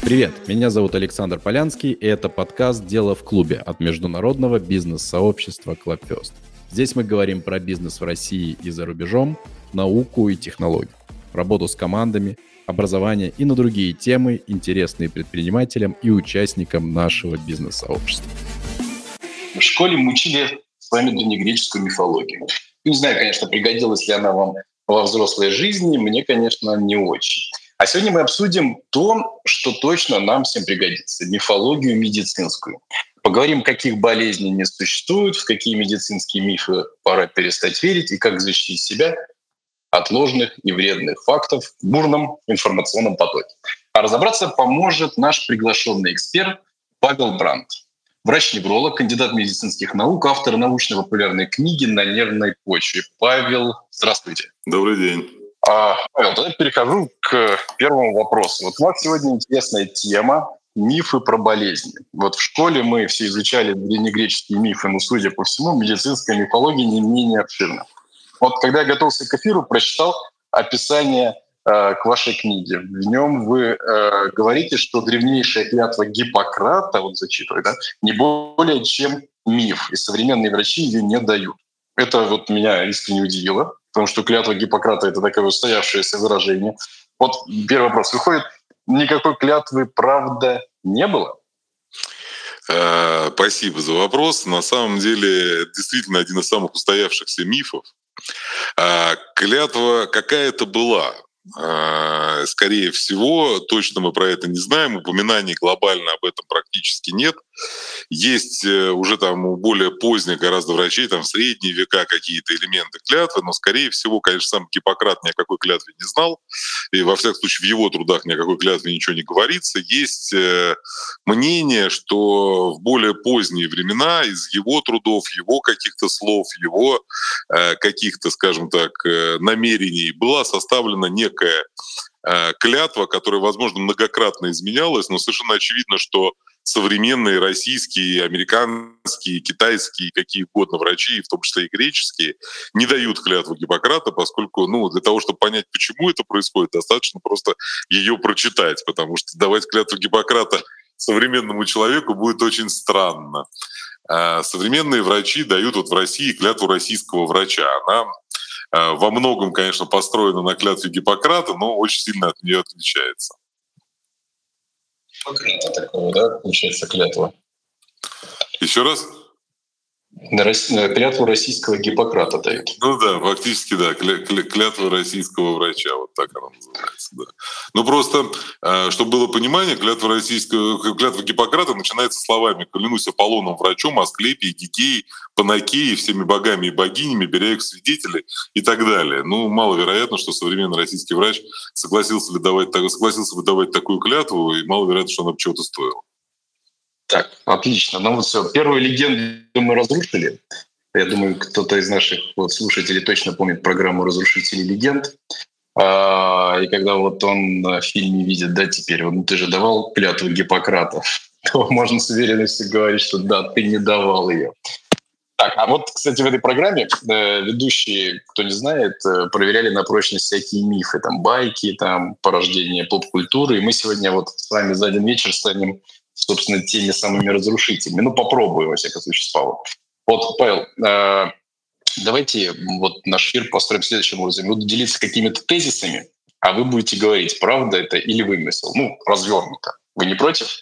Привет, меня зовут Александр Полянский, и это подкаст «Дело в клубе» от международного бизнес-сообщества Clubfirst. Здесь мы говорим про бизнес в России и за рубежом, науку и технологии, работу с командами, образование и на другие темы, интересные предпринимателям и участникам нашего бизнес-сообщества. В школе мы учили с вами древнегреческую мифологию. Не знаю, конечно, пригодилась ли она вам во взрослой жизни, мне, конечно, не очень. А сегодня мы обсудим то, что точно нам всем пригодится — мифологию медицинскую. Поговорим, каких болезней не существует, в какие медицинские мифы пора перестать верить и как защитить себя от ложных и вредных фактов в бурном информационном потоке. А разобраться поможет наш приглашенный эксперт Павел Брандт. Врач-невролог, кандидат медицинских наук, автор научно-популярной книги «На нервной почве». Павел, здравствуйте. Добрый день. Павел, тогда перехожу к первому вопросу. Вот у нас сегодня интересная тема — мифы про болезни. Вот в школе мы все изучали древнегреческие мифы, но, судя по всему, медицинская мифология не менее обширна. Вот когда я готовился к эфиру, прочитал описание к вашей книге. В нем вы говорите, что древнейшая клятва Гиппократа, вот зачитываю, да, не более чем миф, и современные врачи ее не дают. Это вот меня искренне удивило, потому что клятва Гиппократа — это такое устоявшееся выражение. Вот первый вопрос. Выходит, никакой клятвы, правда, не было? Спасибо за вопрос. На самом деле, это действительно один из самых устоявшихся мифов. Клятва какая-то была. Скорее всего, точно мы про это не знаем, упоминаний глобально об этом практически нет. Есть уже там у более поздних гораздо врачей, там в средние века какие-то элементы клятвы, но, скорее всего, конечно, сам Гиппократ ни о какой клятве не знал, и, во всяком случае, в его трудах ни о какой клятве ничего не говорится. Есть мнение, что в более поздние времена из его трудов, его каких-то слов, его каких-то, скажем так, намерений была составлена некая клятва, которая, возможно, многократно изменялась, но совершенно очевидно, что современные российские, американские, китайские, какие угодно врачи, в том числе и греческие, не дают клятву Гиппократа, поскольку, для того, чтобы понять, почему это происходит, достаточно просто ее прочитать, потому что давать клятву Гиппократа современному человеку будет очень странно. Современные врачи дают вот в России клятву российского врача. Она во многом, конечно, построена на клятве Гиппократа, но очень сильно от нее отличается. Гиппократа такого, да, получается, клятва? Еще раз? Клятву российского Гиппократа дают. Да, фактически, да, клятва российского врача, вот так она называется, да. Просто, чтобы было понимание, клятва Гиппократа начинается словами: «Клянусь Аполлоном врачом, Асклепией, Гигеей, Панакеей, всеми богами и богинями, беря их в свидетели» и так далее. Маловероятно, что современный российский врач согласился бы давать такую клятву, и маловероятно, что она бы чего-то стоила. Так, отлично. Все, первую легенду мы разрушили. Я думаю, кто-то из наших слушателей точно помнит программу «Разрушители легенд». И когда он в фильме видит, да, теперь, ты же давал клятву Гиппократа, то можно с уверенностью говорить, что да, ты не давал ее. Так, кстати, в этой программе ведущие, кто не знает, проверяли на прочность всякие мифы, байки, порождение поп-культуры. И мы сегодня с вами за один вечер станем, собственно, теми самыми разрушителями. Попробуем, во всяком случае, с Павлом. Павел, давайте наш эфир построим следующим образом. Буду делиться какими-то тезисами, а вы будете говорить, правда это или вымысел. Развернуто. Вы не против?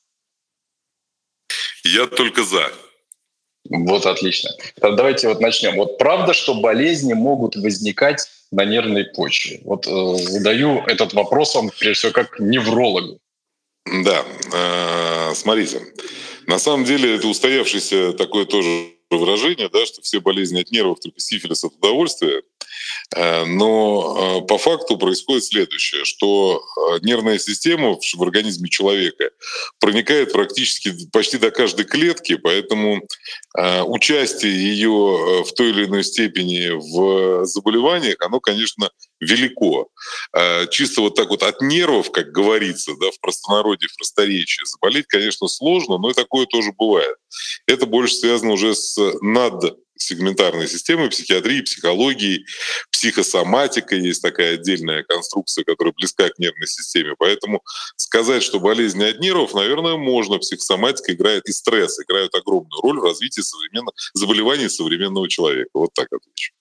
Я только за. Отлично. Давайте начнем. Правда, что болезни могут возникать на нервной почве? Задаю этот вопрос вам, прежде всего, как неврологу. Да, смотрите, на самом деле это устоявшееся такое тоже выражение, да, что все болезни от нервов, только сифилис от удовольствия. Но по факту происходит следующее, что нервная система в организме человека проникает практически почти до каждой клетки, поэтому участие ее в той или иной степени в заболеваниях, оно, конечно, велико. Чисто от нервов, как говорится, да, в простонародье, в просторечии, заболеть, конечно, сложно, но и такое тоже бывает. Это больше связано уже с сегментарной системой, психиатрией, психологией, психосоматикой. Есть такая отдельная конструкция, которая близка к нервной системе. Поэтому сказать, что болезни от нервов, наверное, можно. Психосоматика играет и стресс играют огромную роль в развитии заболеваний современного человека. Вот так отвечу.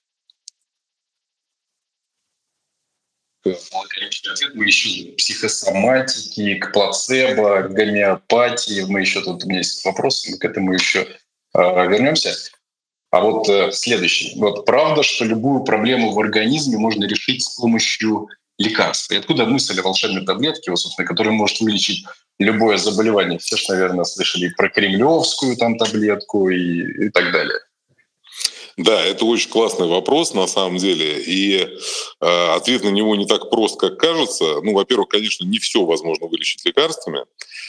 Лаконичный ответ. Мы еще к психосоматике, к плацебо, к гомеопатии. Мы еще тут, у меня есть вопросы, мы к этому еще вернемся. А вот следующий. Вот правда, что любую проблему в организме можно решить с помощью лекарств? И откуда мысль о волшебной таблетке, вот, собственно, которая может вылечить любое заболевание? Все же, наверное, слышали про кремлевскую там таблетку и так далее. Да, это очень классный вопрос на самом деле, и ответ на него не так прост, как кажется. Ну, во-первых, конечно, не все возможно вылечить лекарствами,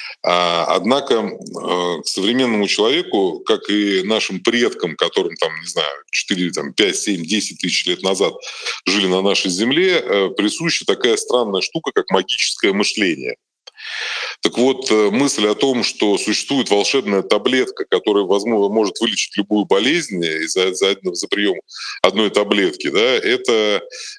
однако к современному человеку, как и нашим предкам, которым там, не знаю, 4, там, 5, 7, 10 тысяч лет назад жили на нашей земле, присуща такая странная штука, как магическое мышление. Так вот, мысль о том, что существует волшебная таблетка, которая, возможно, может вылечить любую болезнь за прием одной таблетки, да, это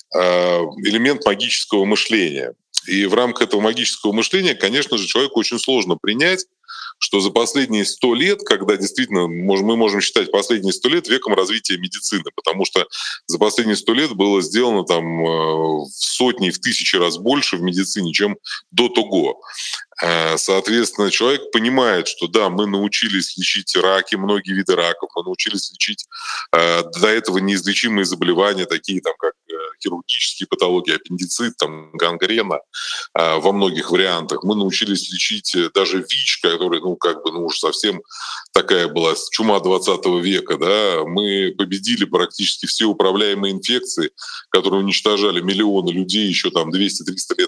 элемент магического мышления. И в рамках этого магического мышления, конечно же, человеку очень сложно принять, что за последние 100 лет, когда действительно мы можем считать последние 100 лет веком развития медицины, потому что за последние 100 лет было сделано там в сотни, в тысячи раз больше в медицине, чем до того. Соответственно, человек понимает, что да, мы научились лечить раки, многие виды раков, мы научились лечить до этого неизлечимые заболевания, такие там, как хирургические патологии, аппендицит, там, гангрена во многих вариантах. Мы научились лечить даже ВИЧ, который, уж совсем такая была чума 20 века, да. Мы победили практически все управляемые инфекции, которые уничтожали миллионы людей еще там 200-300 лет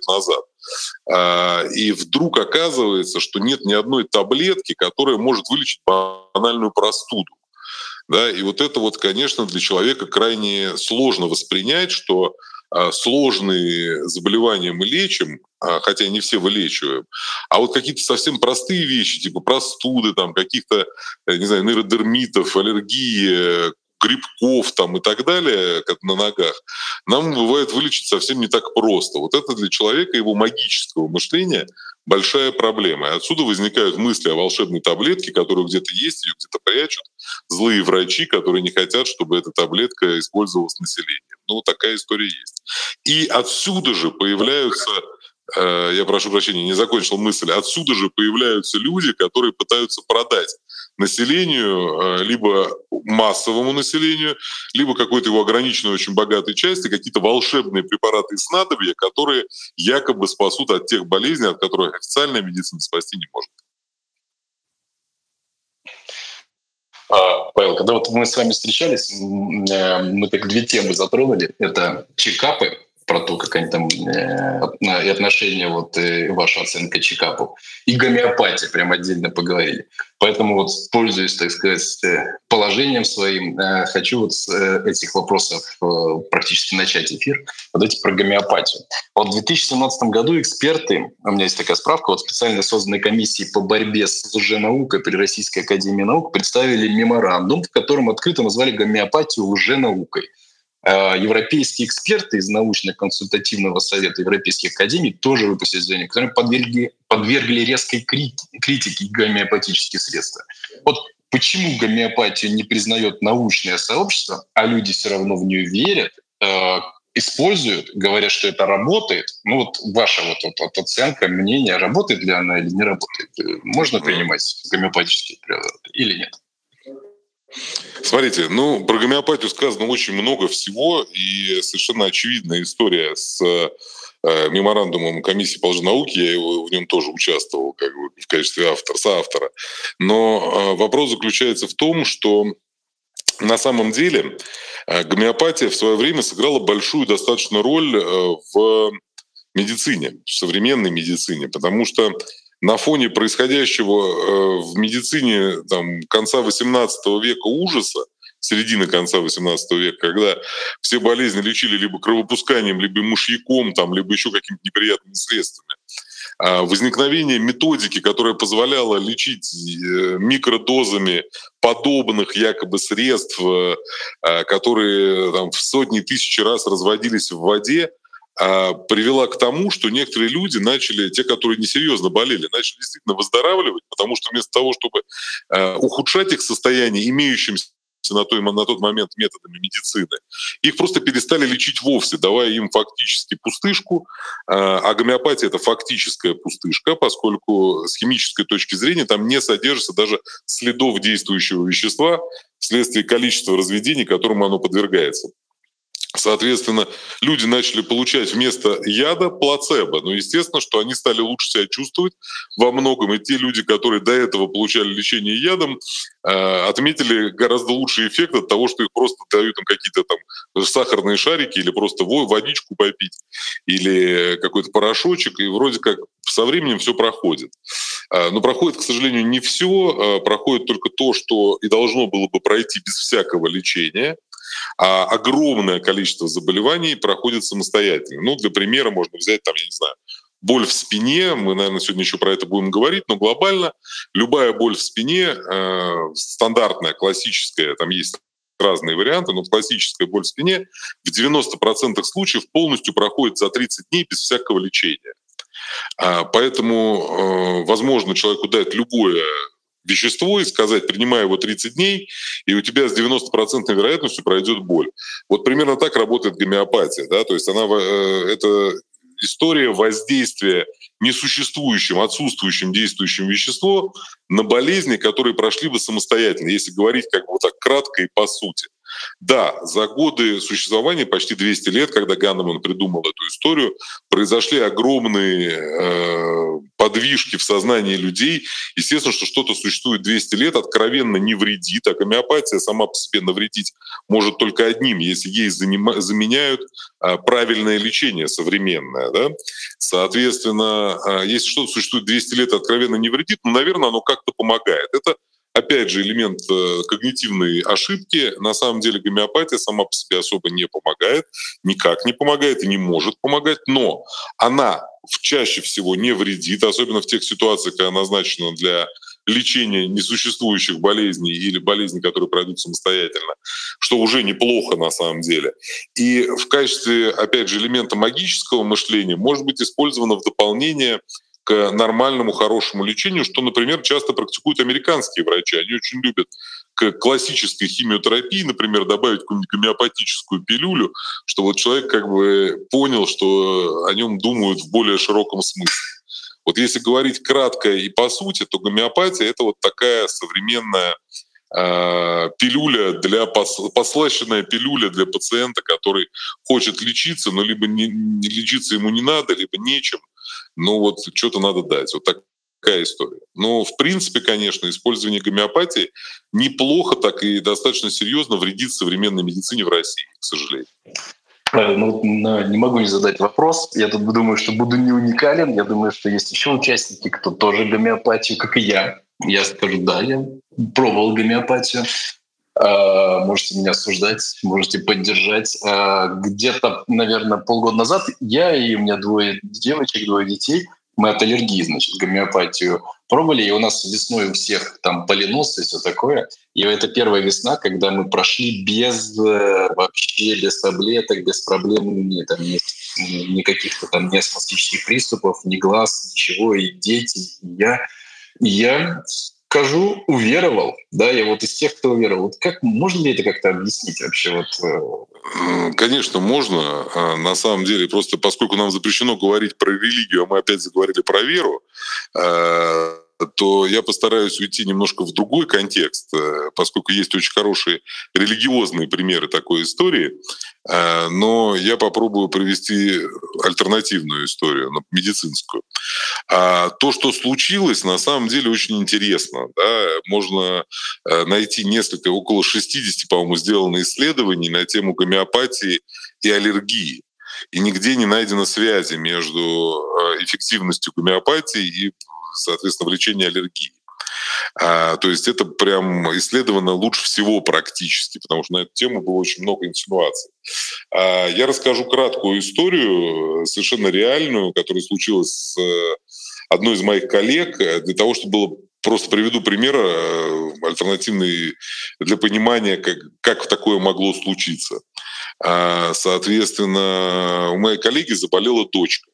назад. И вдруг оказывается, что нет ни одной таблетки, которая может вылечить банальную простуду. Да, и вот это вот, конечно, для человека крайне сложно воспринять, что сложные заболевания мы лечим, хотя не все вылечиваем, а вот какие-то совсем простые вещи, типа простуды, там, каких-то, не знаю, нейродермитов, аллергии, грибков там и так далее, как на ногах, нам бывает вылечить совсем не так просто. Вот это для человека, его магического мышления, большая проблема. И отсюда возникают мысли о волшебной таблетке, которая где-то есть, ее где-то прячут, злые врачи, которые не хотят, чтобы эта таблетка использовалась населением. Ну, такая история есть. И отсюда же появляются, я прошу прощения, не закончил мысль, отсюда же появляются люди, которые пытаются продать населению, либо массовому населению, либо какой-то его ограниченной очень богатой части, какие-то волшебные препараты и снадобья, которые якобы спасут от тех болезней, от которых официальная медицина спасти не может. Павел, когда вот мы с вами встречались, мы так две темы затронули. Это чекапы, про то, как они там и отношения, вот и ваша оценка чекапу, и гомеопатия, прям отдельно поговорили. Поэтому вот, пользуясь, так сказать, положением своим, хочу вот с этих вопросов практически начать эфир. Давайте про гомеопатию. Вот в 2017 году эксперты, у меня есть такая справка, вот специально созданной комиссии по борьбе с лженаукой при Российской академии наук представили меморандум, в котором открыто назвали гомеопатию лженаукой. Европейские эксперты из научно-консультативного совета Европейских академий тоже выпустили заявление, которые подвергли резкой критике гомеопатические средства. Вот почему гомеопатию не признает научное сообщество, а люди все равно в нее верят, используют, говорят, что это работает. Ну вот ваша вот оценка, мнение, работает ли она или не работает? Можно принимать гомеопатические препараты или нет? Смотрите, про гомеопатию сказано очень много всего, и совершенно очевидная история с меморандумом комиссии по лженауке, я в нем тоже участвовал как бы в качестве соавтора. Но вопрос заключается в том, что на самом деле гомеопатия в свое время сыграла большую достаточно роль в медицине, в современной медицине, потому что на фоне происходящего в медицине конца XVIII века ужаса, середины конца XVIII века, когда все болезни лечили либо кровопусканием, либо мышьяком, либо еще какими-то неприятными средствами, возникновение методики, которая позволяла лечить микродозами подобных якобы средств, которые там, в сотни тысяч раз разводились в воде, привела к тому, что некоторые люди начали, те, которые несерьезно болели, начали действительно выздоравливать, потому что вместо того, чтобы ухудшать их состояние имеющимся на тот момент методами медицины, их просто перестали лечить вовсе, давая им фактически пустышку, а гомеопатия — это фактическая пустышка, поскольку с химической точки зрения там не содержится даже следов действующего вещества вследствие количества разведений, которому оно подвергается. Соответственно, люди начали получать вместо яда плацебо. Но естественно, что они стали лучше себя чувствовать во многом. И те люди, которые до этого получали лечение ядом, отметили гораздо лучший эффект от того, что их просто дают им какие-то там сахарные шарики или просто водичку попить, или какой-то порошочек, и вроде как со временем все проходит. Но проходит, к сожалению, не все. Проходит только то, что и должно было бы пройти без всякого лечения. А огромное количество заболеваний проходит самостоятельно. Ну, для примера можно взять, там, я не знаю, боль в спине. Мы, наверное, сегодня еще про это будем говорить, но глобально любая боль в спине, стандартная, классическая, там есть разные варианты, но классическая боль в спине в 90% случаев полностью проходит за 30 дней без всякого лечения. Поэтому, возможно, человеку дать любое вещество и сказать, принимай его 30 дней, и у тебя с 90% вероятностью пройдет боль. Вот примерно так работает гомеопатия. Да? То есть это история воздействия несуществующим, отсутствующим действующим веществом на болезни, которые прошли бы самостоятельно, если говорить как бы вот так кратко и по сути. Да, за годы существования, почти 200 лет, когда Ганеман придумал эту историю, произошли огромные подвижки в сознании людей. Естественно, что что-то существует 200 лет, откровенно не вредит, а гомеопатия сама по себе навредить может только одним, если ей заменяют правильное лечение современное. Да? Соответственно, если что-то существует 200 лет и откровенно не вредит, ну, наверное, оно как-то помогает. Это опять же, элемент когнитивной ошибки. На самом деле гомеопатия сама по себе особо не помогает, никак не помогает и не может помогать, но она чаще всего не вредит, особенно в тех ситуациях, когда назначена для лечения несуществующих болезней или болезней, которые пройдут самостоятельно, что уже неплохо на самом деле. И в качестве, опять же, элемента магического мышления может быть использовано в дополнение к нормальному, хорошему лечению, что, например, часто практикуют американские врачи. Они очень любят к классической химиотерапии, например, добавить какую-нибудь гомеопатическую пилюлю, чтобы вот человек как бы понял, что о нем думают в более широком смысле. Вот если говорить кратко и по сути, то гомеопатия — это вот такая современная пилюля послащенная пилюля для пациента, который хочет лечиться, но либо лечиться ему не надо, либо нечем, но вот что-то надо дать. Вот такая история. Но в принципе, конечно, использование гомеопатии неплохо так и достаточно серьезно вредит современной медицине в России, к сожалению. Ну, не могу не задать вопрос. Я тут думаю, что буду не уникален. Я думаю, что есть еще участники, кто тоже гомеопатию, как и я. Я скажу, да, я пробовал гомеопатию. Можете меня осуждать, можете поддержать. Где-то, наверное, полгода назад я и у меня 2 девочек, 2 детей, мы от аллергии, значит, гомеопатию пробовали, и у нас весной у всех там поленос и все такое. И это первая весна, когда мы прошли вообще без таблеток, без проблем, никаких там ни астматических приступов, ни глаз, ничего, и дети, и я скажу, уверовал. Да, я вот из тех, кто уверовал. Вот как можно ли это как-то объяснить вообще? Конечно, можно. На самом деле, просто поскольку нам запрещено говорить про религию, а мы опять заговорили про веру, то я постараюсь уйти немножко в другой контекст, поскольку есть очень хорошие религиозные примеры такой истории, но я попробую привести альтернативную историю, медицинскую. То, что случилось, на самом деле очень интересно. Да? Можно найти около 60, по-моему, сделано исследований на тему гомеопатии и аллергии. И нигде не найдено связи между эффективностью гомеопатии и, соответственно, в лечении аллергии. То есть это прям исследовано лучше всего практически, потому что на эту тему было очень много инсинуаций. Я расскажу краткую историю, совершенно реальную, которая случилась с одной из моих коллег, для того, чтобы было просто приведу пример альтернативный для понимания, как такое могло случиться. Соответственно, у моей коллеги заболела дочка.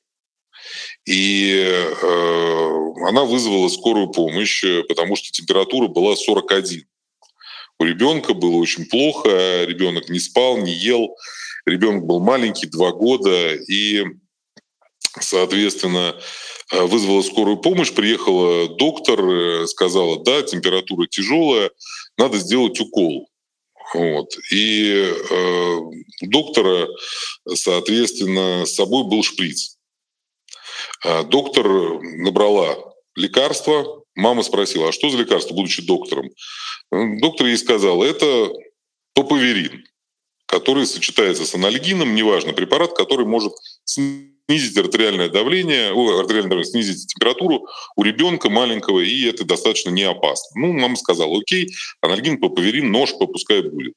И она вызвала скорую помощь, потому что температура была 41. У ребенка было очень плохо, ребенок не спал, не ел, ребенок был маленький, 2 года, и, соответственно, вызвала скорую помощь, приехала доктор, сказала, да, температура тяжелая, надо сделать укол. Вот. И у доктора, соответственно, с собой был шприц. Доктор набрала лекарство. Мама спросила, а что за лекарство, будучи доктором? Доктор ей сказал, это топаверин, который сочетается с анальгином, неважно, препарат, который может снизить артериальное давление, снизить температуру у ребенка маленького, и это достаточно не опасно. Ну, мама сказала, окей, анальгин, топаверин, нож пускай будет.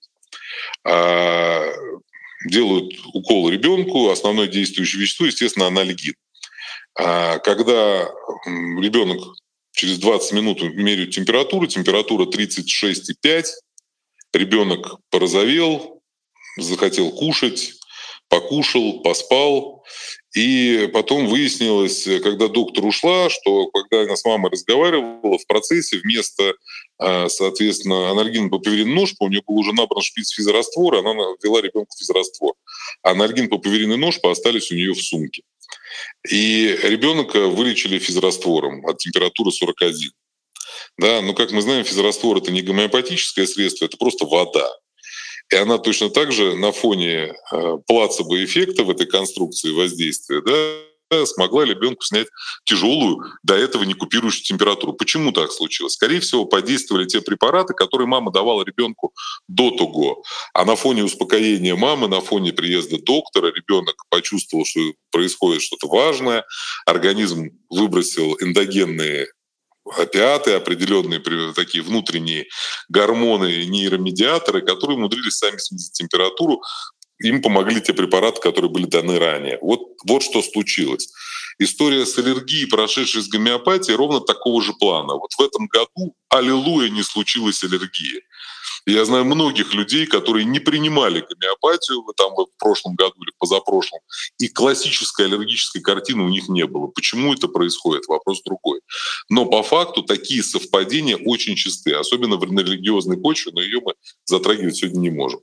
Делают укол ребенку, основное действующее вещество, естественно, анальгин. Когда ребенок через 20 минут меряют температуру 36,5, ребенок порозовел, захотел кушать, покушал, поспал. И потом выяснилось, когда доктор ушла, что когда она с мамой разговаривала, в процессе вместо, соответственно, анальгин-папаверин ножка, у нее был уже набран шприц физраствора, она ввела ребенку физраствор. А анальгин-папаверин и ножка остались у нее в сумке. И ребенка вылечили физраствором от температуры 41. Да, но, как мы знаем, физраствор – это не гомеопатическое средство, это просто вода. И она точно так же на фоне плацебо-эффекта в этой конструкции воздействия, да, смогла ребенку снять тяжелую, до этого не купирующую температуру. Почему так случилось? Скорее всего, подействовали те препараты, которые мама давала ребенку до того. А на фоне успокоения мамы, на фоне приезда доктора, ребенок почувствовал, что происходит что-то важное, организм выбросил эндогенные опиаты, определенные такие внутренние гормоны, нейромедиаторы, которые умудрились сами снизить температуру. Им помогли те препараты, которые были даны ранее. Вот что случилось. История с аллергией, прошедшей с гомеопатией, ровно такого же плана. Вот в этом году, аллилуйя, не случилась аллергия. Я знаю многих людей, которые не принимали гомеопатию в прошлом году или позапрошлом, и классической аллергической картины у них не было. Почему это происходит? Вопрос другой. Но по факту такие совпадения очень часты, особенно на религиозной почве, но ее мы затрагивать сегодня не можем.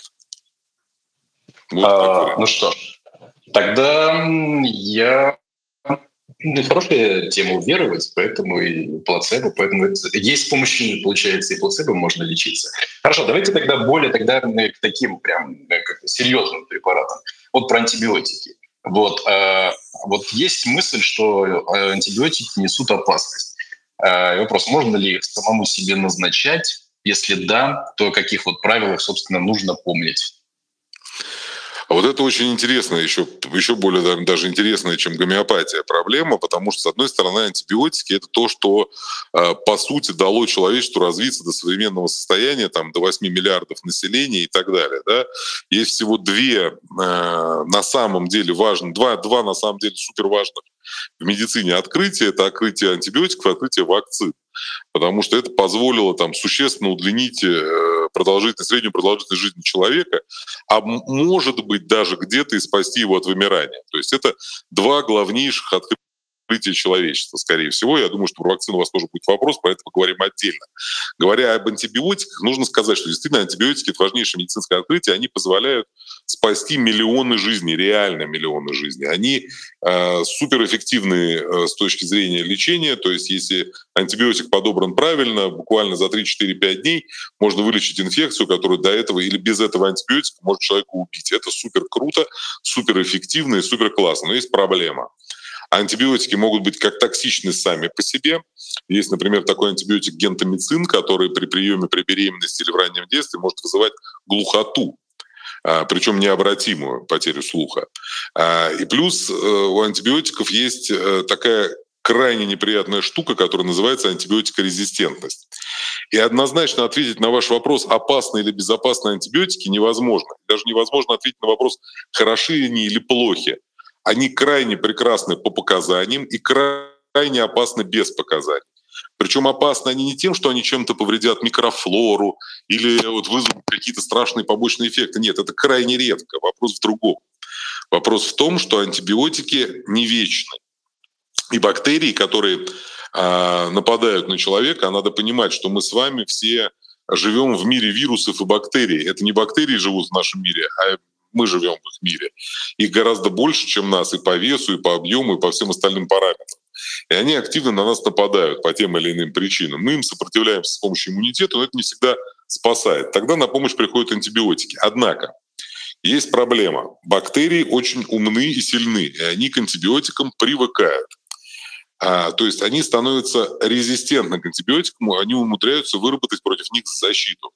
Ну что ж, тогда я... хорошая тема уверовать, поэтому и плацебо, поэтому есть с помощью, получается, и плацебо можно лечиться. Хорошо, давайте тогда к таким прям серьезным препаратам. Вот про антибиотики. Вот есть мысль, что антибиотики несут опасность. Вопрос, можно ли их самому себе назначать? Если да, то о каких правилах, собственно, нужно помнить? А вот это очень интересная, еще более даже интересная, чем гомеопатия, проблема, потому что, с одной стороны, антибиотики – это то, что, по сути, дало человечеству развиться до современного состояния, до 8 миллиардов населения и так далее. Да? Есть всего на самом деле два на самом деле супер важных в медицине открытия. Это открытие антибиотиков и открытие вакцин. Потому что это позволило существенно удлинить среднюю продолжительность жизни человека, а может быть даже где-то и спасти его от вымирания. То есть это два главнейших открытия человечества, скорее всего. Я думаю, что про вакцину у вас тоже будет вопрос, про это поговорим отдельно. Говоря об антибиотиках, нужно сказать, что действительно антибиотики — это важнейшее медицинское открытие, они позволяют спасти миллионы жизней, реально миллионы жизней. Они суперэффективны с точки зрения лечения, то есть если антибиотик подобран правильно, буквально за 3-4-5 дней можно вылечить инфекцию, которую до этого или без этого антибиотика может человека убить. Это супер круто, супер эффективно и супер классно. Но есть проблема. Антибиотики могут быть как токсичны сами по себе. Есть, например, такой антибиотик гентамицин, который при приеме при беременности или в раннем детстве может вызывать глухоту, причем необратимую потерю слуха. И плюс у антибиотиков есть такая крайне неприятная штука, которая называется антибиотикорезистентность. И однозначно ответить на ваш вопрос, опасны или безопасны антибиотики, невозможно. Даже невозможно ответить на вопрос, хороши они или плохи. Они крайне прекрасны по показаниям и крайне опасны без показаний. Причем опасны они не тем, что они чем-то повредят микрофлору или вот вызовут какие-то страшные побочные эффекты. Нет, это крайне редко. Вопрос в другом. Вопрос в том, что антибиотики не вечны. И бактерии, которые нападают на человека, надо понимать, что мы с вами все живем в мире вирусов и бактерий. Это не бактерии живут в нашем мире, а мы живем в их мире. Их гораздо больше, чем нас и по весу, и по объему, и по всем остальным параметрам. И они активно на нас нападают по тем или иным причинам. Мы им сопротивляемся с помощью иммунитета, но это не всегда спасает. Тогда на помощь приходят антибиотики. Однако есть проблема. Бактерии очень умны и сильны, и они к антибиотикам привыкают. То есть они становятся резистентны к антибиотикам, они умудряются выработать против них защиту.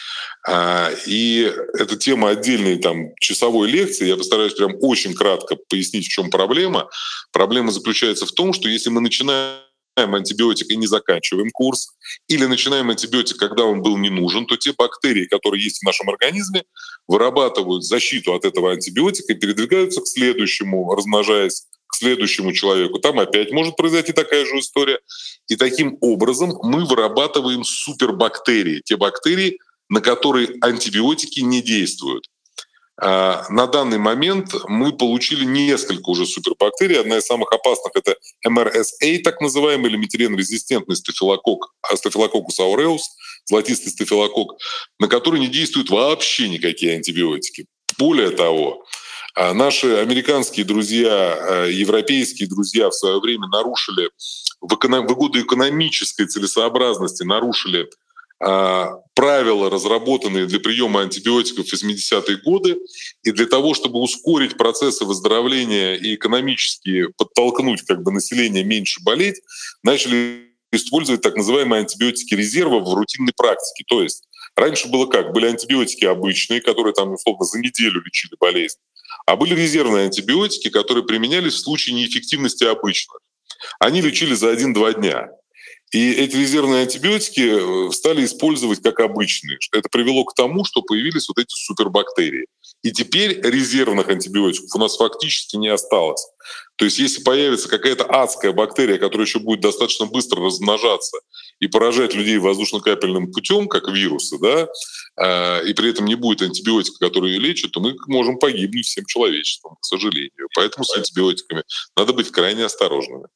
И это тема отдельной часовой лекции. Я постараюсь прям очень кратко пояснить, в чем проблема. Проблема заключается в том, что если мы начинаем антибиотик и не заканчиваем курс, или начинаем антибиотик, когда он был не нужен, то те бактерии, которые есть в нашем организме, вырабатывают защиту от этого антибиотика и передвигаются к следующему, размножаясь к следующему человеку. Там опять может произойти такая же история. И таким образом мы вырабатываем супербактерии, те бактерии, на которые антибиотики не действуют. На данный момент мы получили несколько уже супербактерий. Одна из самых опасных — это MRSA, так называемый, или метилен-резистентный стафилококк, Staphylococcus aureus, золотистый стафилококк, на который не действуют вообще никакие антибиотики. Более того, наши американские друзья, европейские друзья в свое время нарушили, в угоду экономической целесообразности нарушили правила, разработанные для приема антибиотиков в 80-е годы, и для того, чтобы ускорить процессы выздоровления и экономически подтолкнуть население меньше болеть, начали использовать так называемые антибиотики резерва в рутинной практике. То есть раньше было как? Были антибиотики обычные, которые условно за неделю лечили болезнь, а были резервные антибиотики, которые применялись в случае неэффективности обычных. Они лечили за 1-2 дня. И эти резервные антибиотики стали использовать как обычные. Это привело к тому, что появились вот эти супербактерии. И теперь резервных антибиотиков у нас фактически не осталось. То есть если появится какая-то адская бактерия, которая еще будет достаточно быстро размножаться и поражать людей воздушно-капельным путем, как вирусы, и при этом не будет антибиотика, который ее лечит, то мы можем погибнуть всем человечеством, к сожалению. Поэтому с антибиотиками надо быть крайне осторожными.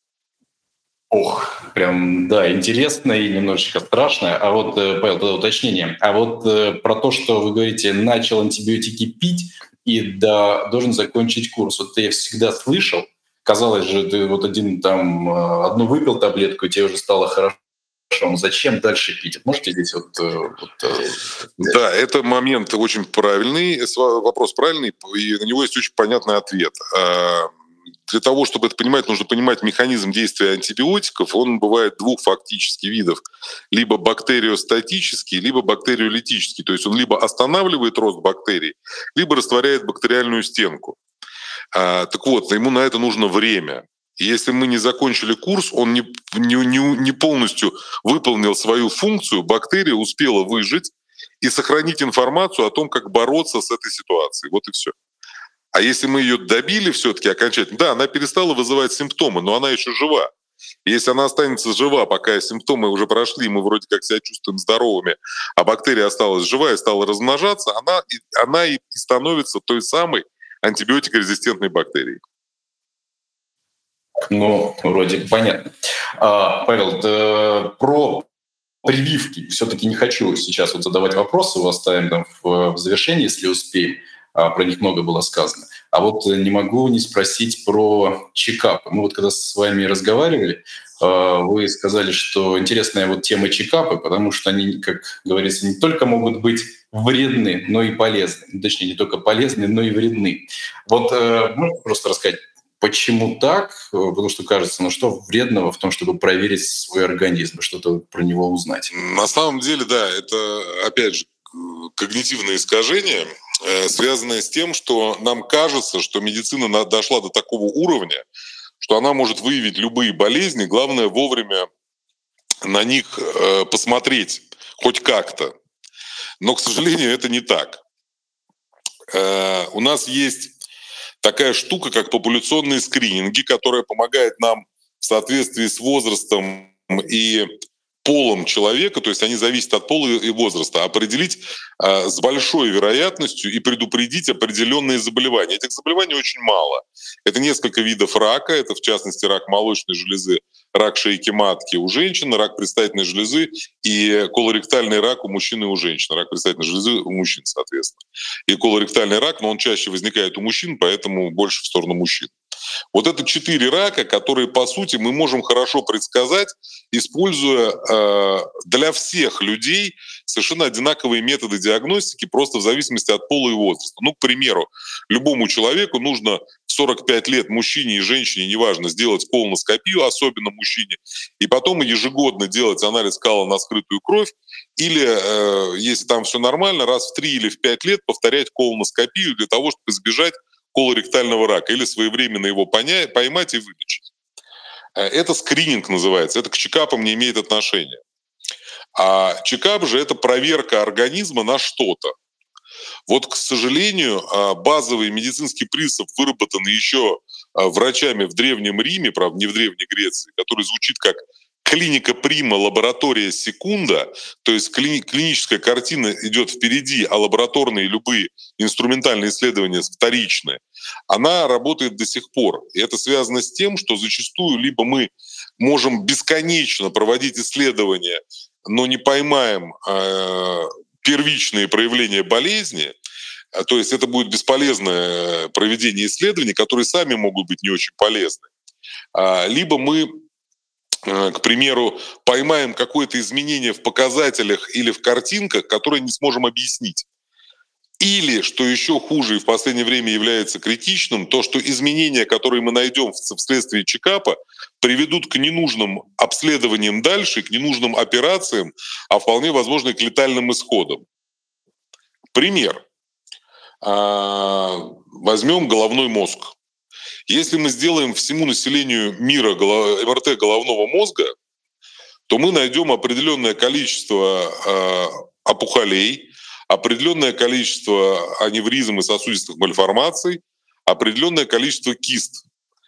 Ох, прям, да, интересно и немножечко страшно. А вот, Павел, тогда уточнение. А вот про то, что вы говорите, начал антибиотики пить и должен закончить курс. Вот я всегда слышал, казалось же, ты одну выпил таблетку, и тебе уже стало хорошо. Но зачем дальше пить? Можете здесь Да, это момент очень правильный, вопрос правильный, и на него есть очень понятный ответ. Для того, чтобы это понимать, нужно понимать механизм действия антибиотиков. Он бывает двух фактически видов. Либо бактериостатический, либо бактериолитический. То есть он либо останавливает рост бактерий, либо растворяет бактериальную стенку. Так вот, ему на это нужно время. И если мы не закончили курс, он не полностью выполнил свою функцию, бактерия успела выжить и сохранить информацию о том, как бороться с этой ситуацией. Вот и все. А если мы ее добили все-таки окончательно, да, она перестала вызывать симптомы, но она еще жива. И если она останется жива, пока симптомы уже прошли, мы вроде как себя чувствуем здоровыми, а бактерия осталась жива и стала размножаться, она и становится той самой антибиотикорезистентной бактерией. Ну, вроде понятно. Павел, про прививки все-таки не хочу сейчас задавать вопросы, оставим в завершении, если успеем. Про них много было сказано. А вот не могу не спросить про чекапы. Мы когда с вами разговаривали, вы сказали, что интересная тема чекапы, потому что они, как говорится, не только могут быть вредны, но и полезны. Точнее, не только полезны, но и вредны. Можно просто рассказать, почему так? Потому что кажется, что вредного в том, чтобы проверить свой организм, что-то про него узнать? На самом деле, да, это, опять же, когнитивное искажение, связанное с тем, что нам кажется, что медицина дошла до такого уровня, что она может выявить любые болезни, главное вовремя на них посмотреть хоть как-то. Но, к сожалению, это не так. У нас есть такая штука, как популяционные скрининги, которая помогает нам в соответствии с возрастом и полом человека, то есть они зависят от пола и возраста, определить с большой вероятностью и предупредить определенные заболевания. Этих заболеваний очень мало. Это несколько видов рака, это в частности рак молочной железы, рак шейки матки у женщин, рак предстательной железы и колоректальный рак у мужчин и у женщин. Рак предстательной железы у мужчин, соответственно. И колоректальный рак, но он чаще возникает у мужчин, поэтому больше в сторону мужчин. Вот это 4 рака, которые, по сути, мы можем хорошо предсказать, используя для всех людей совершенно одинаковые методы диагностики, просто в зависимости от пола и возраста. Ну, к примеру, любому человеку нужно в 45 лет, мужчине и женщине, неважно, сделать колоноскопию, особенно мужчине, и потом ежегодно делать анализ кала на скрытую кровь, или, если там все нормально, раз в 3 или в 5 лет повторять колоноскопию для того, чтобы избежать колоректального рака или своевременно его поймать и вылечить. Это скрининг называется, это к чекапам не имеет отношения. А чекап же это проверка организма на что-то. Вот, к сожалению, базовый медицинский принцип, выработанный еще врачами в Древнем Риме, правда, не в Древней Греции, который звучит как клиника прима, лаборатория секунда, то есть клиническая картина идет впереди, а лабораторные любые инструментальные исследования вторичные, она работает до сих пор. И это связано с тем, что зачастую либо мы можем бесконечно проводить исследования, но не поймаем первичные проявления болезни, то есть это будет бесполезное проведение исследований, которые сами могут быть не очень полезны. Либо мы, к примеру, поймаем какое-то изменение в показателях или в картинках, которые не сможем объяснить. Или, что еще хуже и в последнее время является критичным, то, что изменения, которые мы найдем вследствие чекапа, приведут к ненужным обследованиям дальше, к ненужным операциям, а вполне возможно и к летальным исходам. Пример. Возьмем головной мозг. Если мы сделаем всему населению мира МРТ головного мозга, то мы найдем определенное количество опухолей, определенное количество аневризм и сосудистых мальформаций, определенное количество кист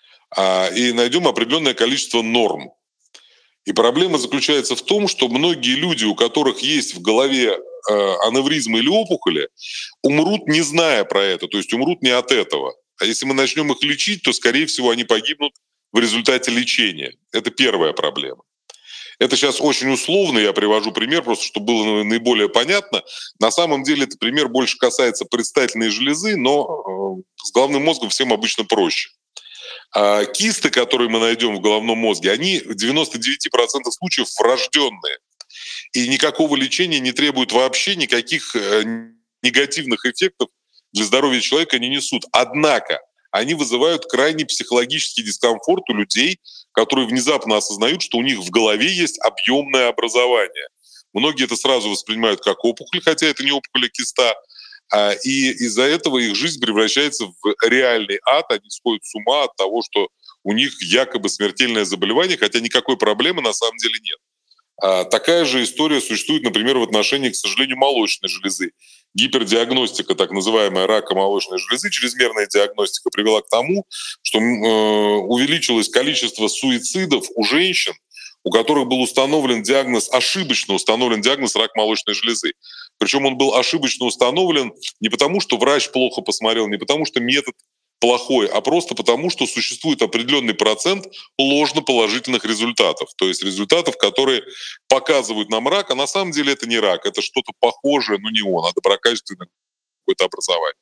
и найдем определенное количество норм. И проблема заключается в том, что многие люди, у которых есть в голове аневризмы или опухоли, умрут, не зная про это, то есть умрут не от этого. А если мы начнем их лечить, то, скорее всего, они погибнут в результате лечения. Это первая проблема. Это сейчас очень условно, я привожу пример, просто чтобы было наиболее понятно. На самом деле этот пример больше касается предстательной железы, но с головным мозгом всем обычно проще. Кисты, которые мы найдем в головном мозге, они в 99% случаев врожденные. И никакого лечения не требуют вообще, никаких негативных эффектов для здоровья человека не несут. Однако они вызывают крайний психологический дискомфорт у людей, которые внезапно осознают, что у них в голове есть объемное образование. Многие это сразу воспринимают как опухоль, хотя это не опухоль, а киста. И из-за этого их жизнь превращается в реальный ад. Они сходят с ума от того, что у них якобы смертельное заболевание, хотя никакой проблемы на самом деле нет. Такая же история существует, например, в отношении, к сожалению, молочной железы. Гипердиагностика, так называемая рака молочной железы, чрезмерная диагностика привела к тому, что увеличилось количество суицидов у женщин, у которых был установлен диагноз, ошибочно установлен диагноз рак молочной железы. Причем он был ошибочно установлен не потому, что врач плохо посмотрел, не потому, что метод плохой, а просто потому, что существует определенный процент ложноположительных результатов. То есть результатов, которые показывают нам рак, а на самом деле это не рак, это что-то похожее, но не он, а доброкачественное какое-то образование.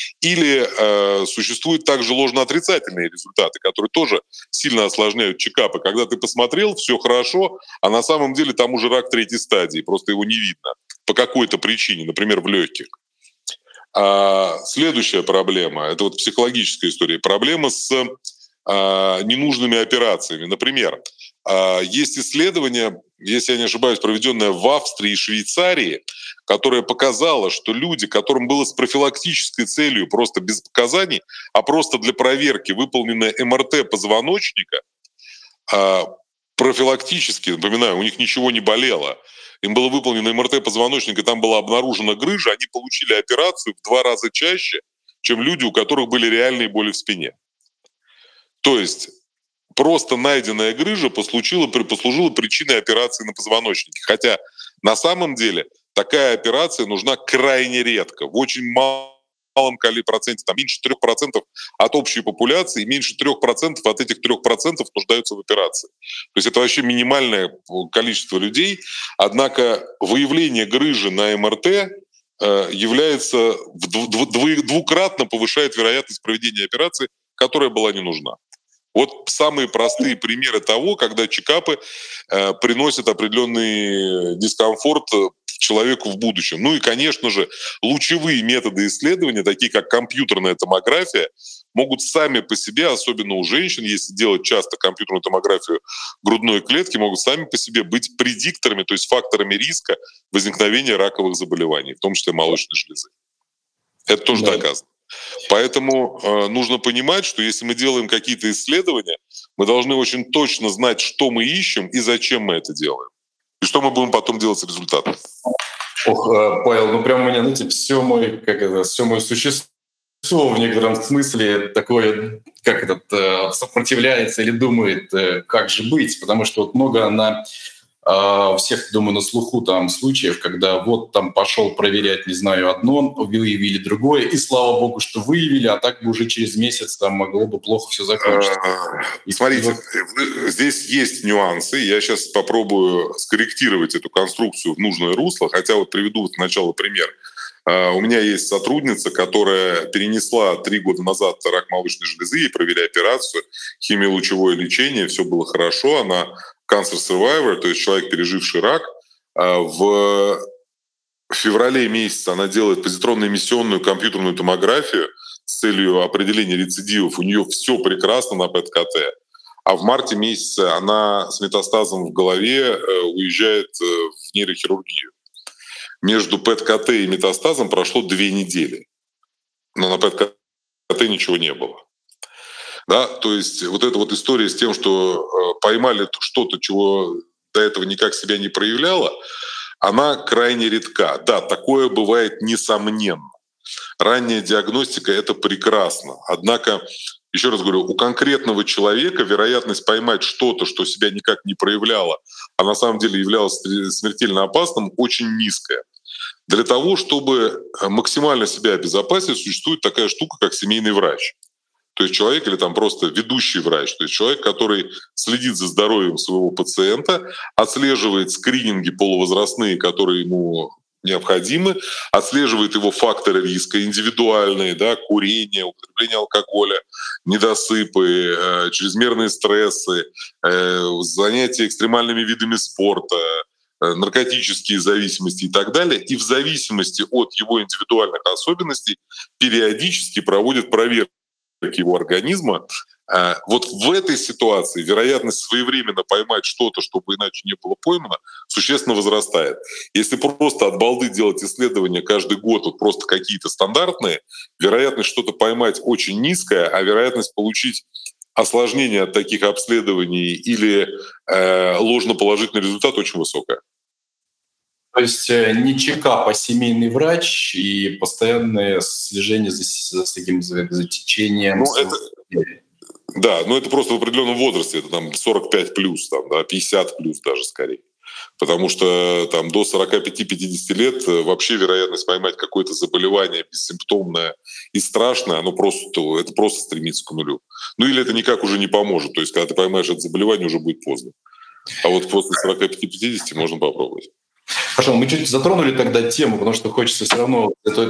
Или существуют также ложноотрицательные результаты, которые тоже сильно осложняют чекапы. Когда ты посмотрел, все хорошо, а на самом деле там уже рак 3-й стадии, просто его не видно по какой-то причине, например, в легких. Следующая проблема – это вот психологическая история. Проблема с ненужными операциями. Например, есть исследование, если я не ошибаюсь, проведенное в Австрии и Швейцарии, которая показала, что люди, которым было с профилактической целью, просто без показаний, а просто для проверки выполненное МРТ позвоночника, профилактически, напоминаю, у них ничего не болело, им было выполнено МРТ позвоночника, и там была обнаружена грыжа, они получили операцию в 2 раза чаще, чем люди, у которых были реальные боли в спине. То есть просто найденная грыжа послужила причиной операции на позвоночнике. Хотя на самом деле такая операция нужна крайне редко, в очень малом проценте, там меньше 3% от общей популяции, и меньше 3% от этих 3% нуждаются в операции. То есть это вообще минимальное количество людей. Однако выявление грыжи на МРТ является двукратно повышает вероятность проведения операции, которая была не нужна. Вот самые простые примеры того, когда чекапы приносят определенный дискомфорт человеку в будущем. Ну и, конечно же, лучевые методы исследования, такие как компьютерная томография, могут сами по себе, особенно у женщин, если делать часто компьютерную томографию грудной клетки, могут сами по себе быть предикторами, то есть факторами риска возникновения раковых заболеваний, в том числе молочной железы. Это тоже доказано. Поэтому нужно понимать, что если мы делаем какие-то исследования, мы должны очень точно знать, что мы ищем и зачем мы это делаем. И что мы будем потом делать с результатом. Павел, ну прям у меня, знаете, все мое существо в некотором смысле такое, сопротивляется или думает, как же быть, потому что вот много всех, думаю, на слуху там случаев, когда вот там пошел проверять, не знаю, одно, выявили другое, и слава богу, что выявили, а так бы уже через месяц там могло бы плохо все закончиться. Смотрите, здесь есть нюансы. Я сейчас попробую скорректировать эту конструкцию в нужное русло, хотя вот приведу сначала пример. У меня есть сотрудница, которая перенесла 3 года назад рак молочной железы, ей провели операцию, химиолучевое лечение, все было хорошо, она cancer survivor, то есть человек, переживший рак. В феврале месяце она делает позитронно-эмиссионную компьютерную томографию с целью определения рецидивов. У нее все прекрасно на ПЭТ-КТ. А в марте месяце она с метастазом в голове уезжает в нейрохирургию. Между ПЭТ-КТ и метастазом прошло 2 недели. Но на ПЭТ-КТ ничего не было. Да, то есть вот эта вот история с тем, что поймали что-то, чего до этого никак себя не проявляло, она крайне редка. Да, такое бывает несомненно. Ранняя диагностика — это прекрасно. Однако, еще раз говорю, у конкретного человека вероятность поймать что-то, что себя никак не проявляло, а на самом деле являлось смертельно опасным, очень низкая. Для того, чтобы максимально себя обезопасить, существует такая штука, как семейный врач. То есть человек или там просто ведущий врач, то есть человек, который следит за здоровьем своего пациента, отслеживает скрининги полувозрастные, которые ему необходимы, отслеживает его факторы риска индивидуальные, да, курение, употребление алкоголя, недосыпы, чрезмерные стрессы, занятия экстремальными видами спорта, наркотические зависимости и так далее. И в зависимости от его индивидуальных особенностей периодически проводит проверки его организма. Вот в этой ситуации вероятность своевременно поймать что-то, чтобы иначе не было поймано, существенно возрастает. Если просто от балды делать исследования каждый год, вот просто какие-то стандартные, вероятность что-то поймать очень низкая, а вероятность получить осложнение от таких обследований или ложноположительный результат очень высокая. То есть не чекап, а семейный врач и постоянное слежение за таким течением. Да, но это просто в определенном возрасте, это там 45 плюс, там, да, 50 плюс даже скорее. Потому что там до 45-50 лет вообще вероятность поймать какое-то заболевание бессимптомное и страшное, это просто стремится к нулю. Ну или это никак уже не поможет. То есть когда ты поймаешь это заболевание, уже будет поздно. А вот после 45-50 можно попробовать. Хорошо, мы чуть затронули тогда тему, потому что хочется все равно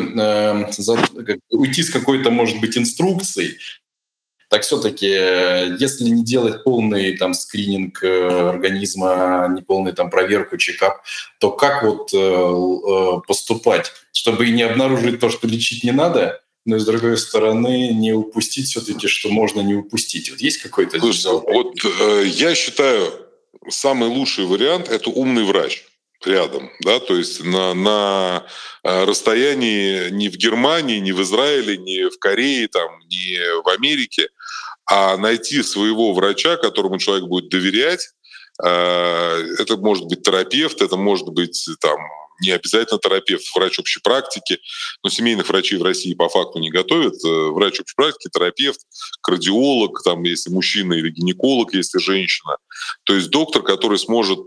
уйти с какой-то, может быть, инструкцией. Так все-таки, если не делать полный там скрининг организма, не полную там проверку, чекап, то как вот поступать, чтобы не обнаружить то, что лечить не надо, но с другой стороны не упустить все-таки, что можно не упустить? Вот есть какой-то? Слушайте, я считаю, самый лучший вариант — это умный врач. рядом, да, то есть на расстоянии не в Германии, не в Израиле, не в Корее, там, не в Америке, а найти своего врача, которому человек будет доверять. Это может быть терапевт, это может быть там не обязательно терапевт, врач общей практики, но семейных врачей в России по факту не готовят. Врач общей практики, терапевт, кардиолог, там, если мужчина, или гинеколог, если женщина. То есть доктор, который сможет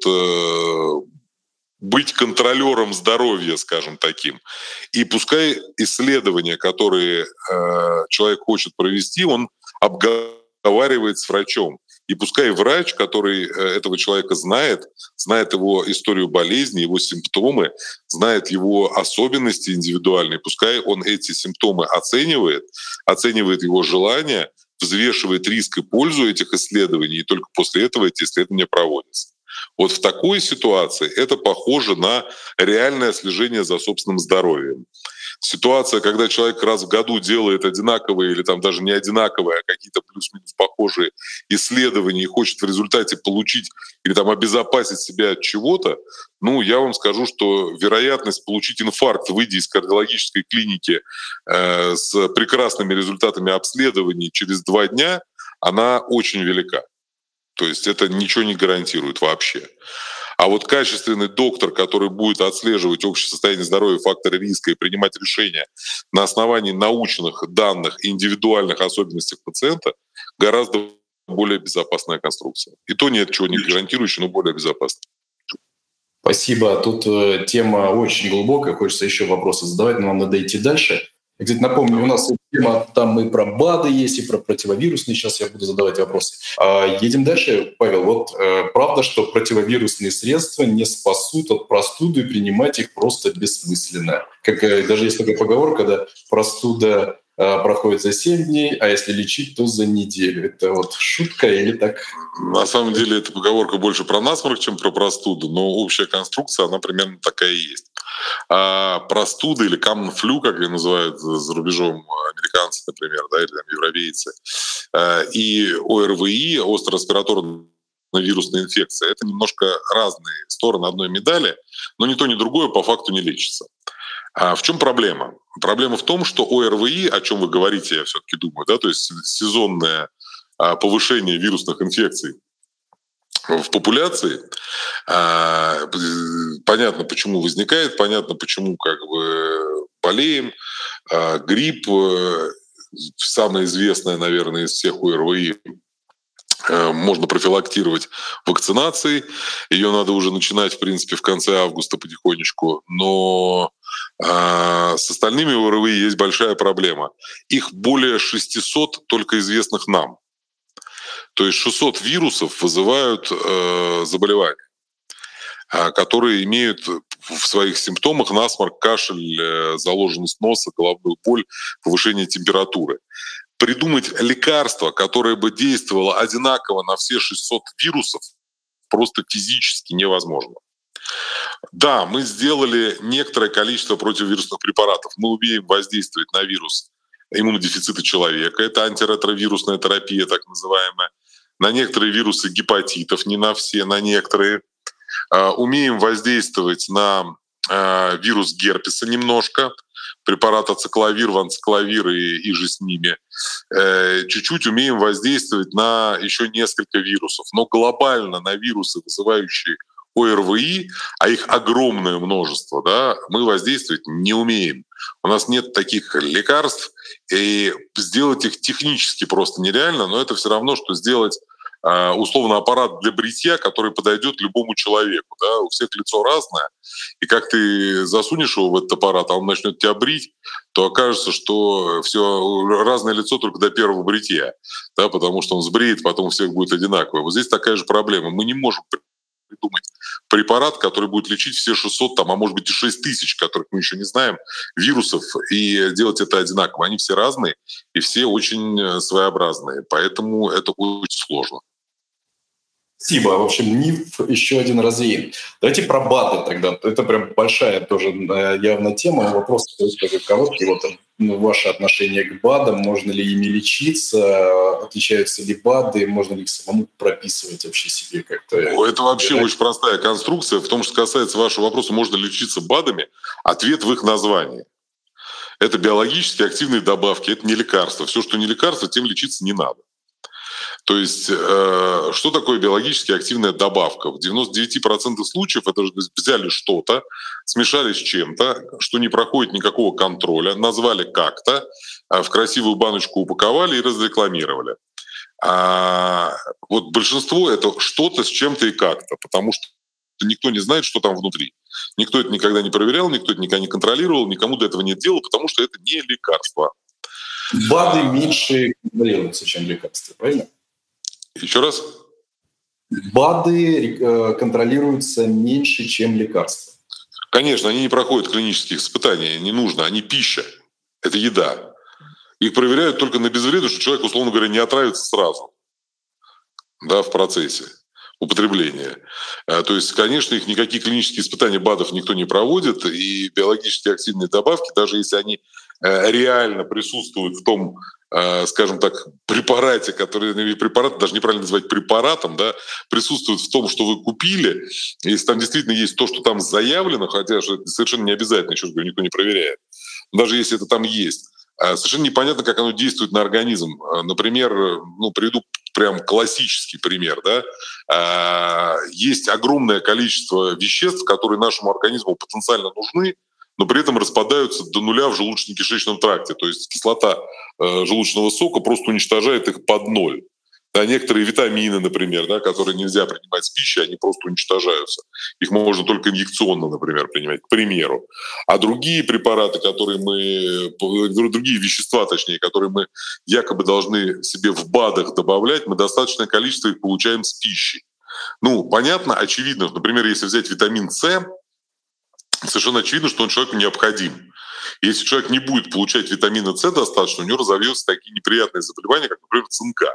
быть контролером здоровья, скажем таким. И пускай исследования, которые человек хочет провести, он обговаривает с врачом. И пускай врач, который этого человека знает его историю болезни, его симптомы, знает его особенности индивидуальные, пускай он эти симптомы оценивает его желания, взвешивает риск и пользу этих исследований, и только после этого эти исследования проводятся. Вот в такой ситуации это похоже на реальное слежение за собственным здоровьем. Ситуация, когда человек раз в году делает одинаковые или там даже не одинаковые, а какие-то плюс-минус похожие исследования и хочет в результате получить или там обезопасить себя от чего-то, я вам скажу, что вероятность получить инфаркт, выйдя из кардиологической клиники с прекрасными результатами обследований через 2 дня, она очень велика. То есть это ничего не гарантирует вообще. А вот качественный доктор, который будет отслеживать общее состояние здоровья, факторы риска и принимать решения на основании научных данных и индивидуальных особенностей пациента, гораздо более безопасная конструкция. И то нет чего не гарантирующего, но более безопасная. Спасибо. Тут тема очень глубокая, хочется еще вопросы задавать, но нам надо идти дальше. Я, кстати, напомню, у нас тема там и про БАДы есть, и про противовирусные. Сейчас я буду задавать вопросы. Едем дальше. Павел, правда, что противовирусные средства не спасут от простуды, и принимать их просто бессмысленно. Даже есть такая поговорка, да, простуда проходит за 7 дней, а если лечить, то за неделю. Это шутка или так? На самом деле эта поговорка больше про насморк, чем про простуду, но общая конструкция, она примерно такая и есть. А простуда или common flu, как ее называют за рубежом американцы, например, да, или там европейцы, и ОРВИ, острореспираторная вирусная инфекция, это немножко разные стороны одной медали, но ни то, ни другое по факту не лечится. А в чем проблема? Проблема в том, что ОРВИ, о чем вы говорите, я все-таки думаю, да, то есть сезонное повышение вирусных инфекций в популяции, понятно, почему возникает, понятно, почему болеем. Грипп, самое известное, наверное, из всех ОРВИ, можно профилактировать вакцинацией. Ее надо уже начинать, в принципе, в конце августа потихонечку. Но с остальными ОРВИ есть большая проблема. Их более 600 только известных нам. То есть 600 вирусов вызывают заболевания, которые имеют в своих симптомах насморк, кашель, заложенность носа, головную боль, повышение температуры. Придумать лекарство, которое бы действовало одинаково на все 600 вирусов, просто физически невозможно. Да, мы сделали некоторое количество противовирусных препаратов. Мы умеем воздействовать на вирус иммунодефицита человека. Это антиретровирусная терапия, так называемая. На некоторые вирусы гепатитов, не на все, на некоторые. Умеем воздействовать на вирус герпеса немножко. Препарат ацеклавир, ванцеклавир и же с ними. Чуть-чуть умеем воздействовать на еще несколько вирусов. Но глобально на вирусы, вызывающие ОРВИ, а их огромное множество, да, мы воздействовать не умеем. У нас нет таких лекарств, и сделать их технически просто нереально, но это все равно, что сделать условно аппарат для бритья, который подойдет любому человеку. Да? У всех лицо разное, и как ты засунешь его в этот аппарат, а он начнет тебя брить, то окажется, что все разное лицо только до первого бритья, да? Потому что он сбреет, потом у всех будет одинаковое. Вот здесь такая же проблема. Мы не можем придумать препарат, который будет лечить все 600, а может быть и 6000, которых мы еще не знаем, вирусов, и делать это одинаково. Они все разные и все очень своеобразные, поэтому это очень сложно. Спасибо. В общем, миф еще один развеян. Давайте про БАДы тогда. Это прям большая тоже явно тема. Вопрос такой короткий. ваше отношение к БАДам, можно ли ими лечиться, отличаются ли БАДы, можно ли их самому прописывать вообще себе как-то? Это вообще очень простая конструкция. В том, что касается вашего вопроса, можно ли лечиться БАДами, ответ в их названии. Это биологически активные добавки, это не лекарство. Все, что не лекарство, тем лечиться не надо. То есть, что такое биологически активная добавка? В 99% случаев это взяли что-то, смешали с чем-то, что не проходит никакого контроля, назвали как-то, в красивую баночку упаковали и разрекламировали. Вот большинство — это что-то с чем-то и как-то, потому что никто не знает, что там внутри. Никто это никогда не проверял, никто это никогда не контролировал, никому до этого нет дела, потому что это не лекарство. БАДы меньше контролируются, чем лекарства, правильно? Еще раз? БАДы контролируются меньше, чем лекарства. Конечно, они не проходят клинических испытаний, не нужно, они пища, это еда. Их проверяют только на безвредность, что человек, условно говоря, не отравится сразу, да, в процессе употребления. То есть, конечно, их никакие клинические испытания БАДов никто не проводит, и биологически активные добавки, даже если они реально присутствуют в том, скажем так, препарате, который препарат, даже неправильно называть препаратом, да, присутствует в том, что вы купили, если там действительно есть то, что там заявлено, хотя это совершенно не обязательно, еще раз говорю, никто не проверяет, даже если это там есть, совершенно непонятно, как оно действует на организм. Например, приведу прям классический пример, да, есть огромное количество веществ, которые нашему организму потенциально нужны, но при этом распадаются до нуля в желудочно-кишечном тракте. То есть кислота желудочного сока просто уничтожает их под ноль. Да, некоторые витамины, например, да, которые нельзя принимать с пищей, они просто уничтожаются. Их можно только инъекционно, например, принимать, к примеру. А другие препараты, другие вещества, точнее, которые мы якобы должны себе в БАДах добавлять, мы достаточное количество их получаем с пищей. Понятно, очевидно. Например, если взять витамин С, совершенно очевидно, что он человеку необходим. Если человек не будет получать витамина С достаточно, у него разовьются такие неприятные заболевания, как, например, ЦНК.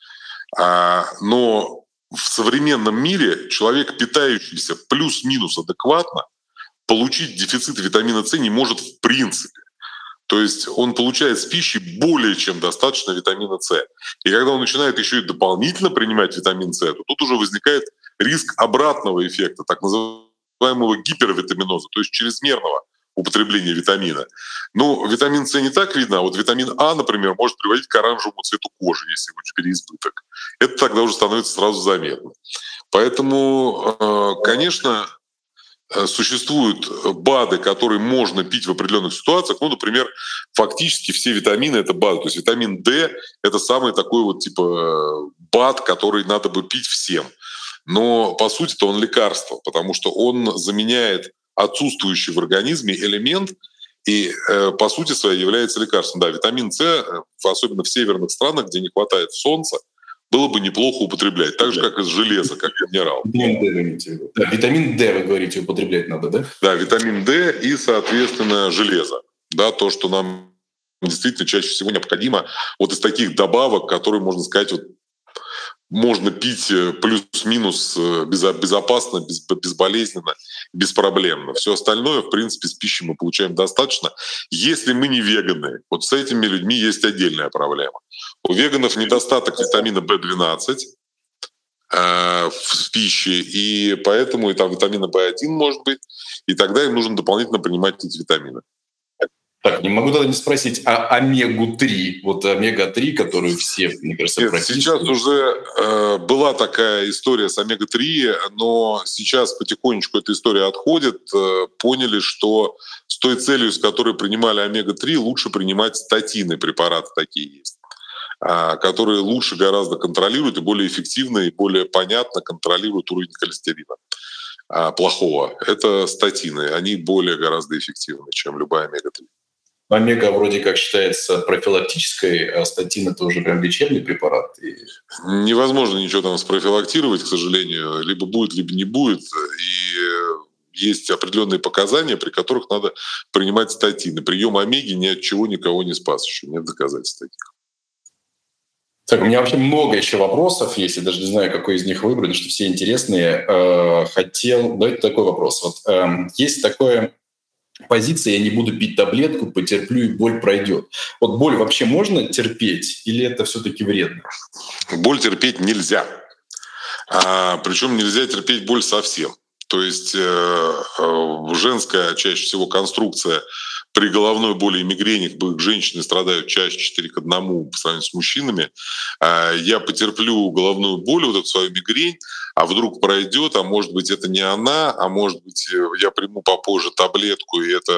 Но в современном мире человек, питающийся плюс-минус адекватно, получить дефицит витамина С не может в принципе. То есть он получает с пищи более чем достаточно витамина С. И когда он начинает еще и дополнительно принимать витамин С, то тут уже возникает риск обратного эффекта, так называемого гипервитаминоза, то есть чрезмерного употребления витамина. Витамин С не так видно, а вот витамин А, например, может приводить к оранжевому цвету кожи, если его переизбыток. Это тогда уже становится сразу заметно. Поэтому, конечно, существуют БАДы, которые можно пить в определенных ситуациях. Например, фактически все витамины — это БАДы. То есть витамин D — это самый такой БАД, который надо бы пить всем. Но, по сути-то, он лекарство, потому что он заменяет отсутствующий в организме элемент и, по сути своей, является лекарством. Да, витамин С, особенно в северных странах, где не хватает солнца, было бы неплохо употреблять. Так же, как и железо, как минерал. Витамин D вы имеете в виду? Да, витамин D, вы говорите, употреблять надо, да? Да, витамин D и, соответственно, железо. Да, то, что нам действительно чаще всего необходимо из таких добавок, которые, можно сказать, можно пить плюс-минус безопасно, безболезненно, беспроблемно. Все остальное, в принципе, с пищей мы получаем достаточно. Если мы не веганы, с этими людьми есть отдельная проблема. У веганов недостаток витамина В12 в пище, и поэтому и там витамина В1 может быть, и тогда им нужно дополнительно принимать эти витамины. Так, не могу тогда не спросить, а омегу-3, омега-3, которую все, мне кажется, прописывают? Сейчас уже была такая история с омега-3, но сейчас потихонечку эта история отходит. Поняли, что с той целью, с которой принимали омега-3, лучше принимать статины, препараты такие есть, которые лучше гораздо контролируют и более эффективно и более понятно контролируют уровень холестерина плохого. Это статины, они более гораздо эффективны, чем любая омега-3. Омега вроде как считается профилактической, а статин — это уже прям лечебный препарат. Невозможно ничего там спрофилактировать, к сожалению. Либо будет, либо не будет. И есть определенные показания, при которых надо принимать статины. Прием омеги ни от чего никого не спас. Еще нет доказательств таких. Так, у меня вообще много еще вопросов есть, я даже не знаю, какой из них выбрать, потому что все интересные. Давайте такой вопрос. Есть такое позиции «я не буду пить таблетку, потерплю, и боль пройдет». Вот боль вообще можно терпеть или это все-таки вредно? Боль терпеть нельзя. Причем нельзя терпеть боль совсем. То есть женская чаще всего конструкция при головной боли и мигрени женщины страдают чаще 4:1 по сравнению с мужчинами. Я потерплю головную боль, вот эту свою мигрень, а вдруг пройдет, а может быть это не она, а может быть я приму попозже таблетку, и это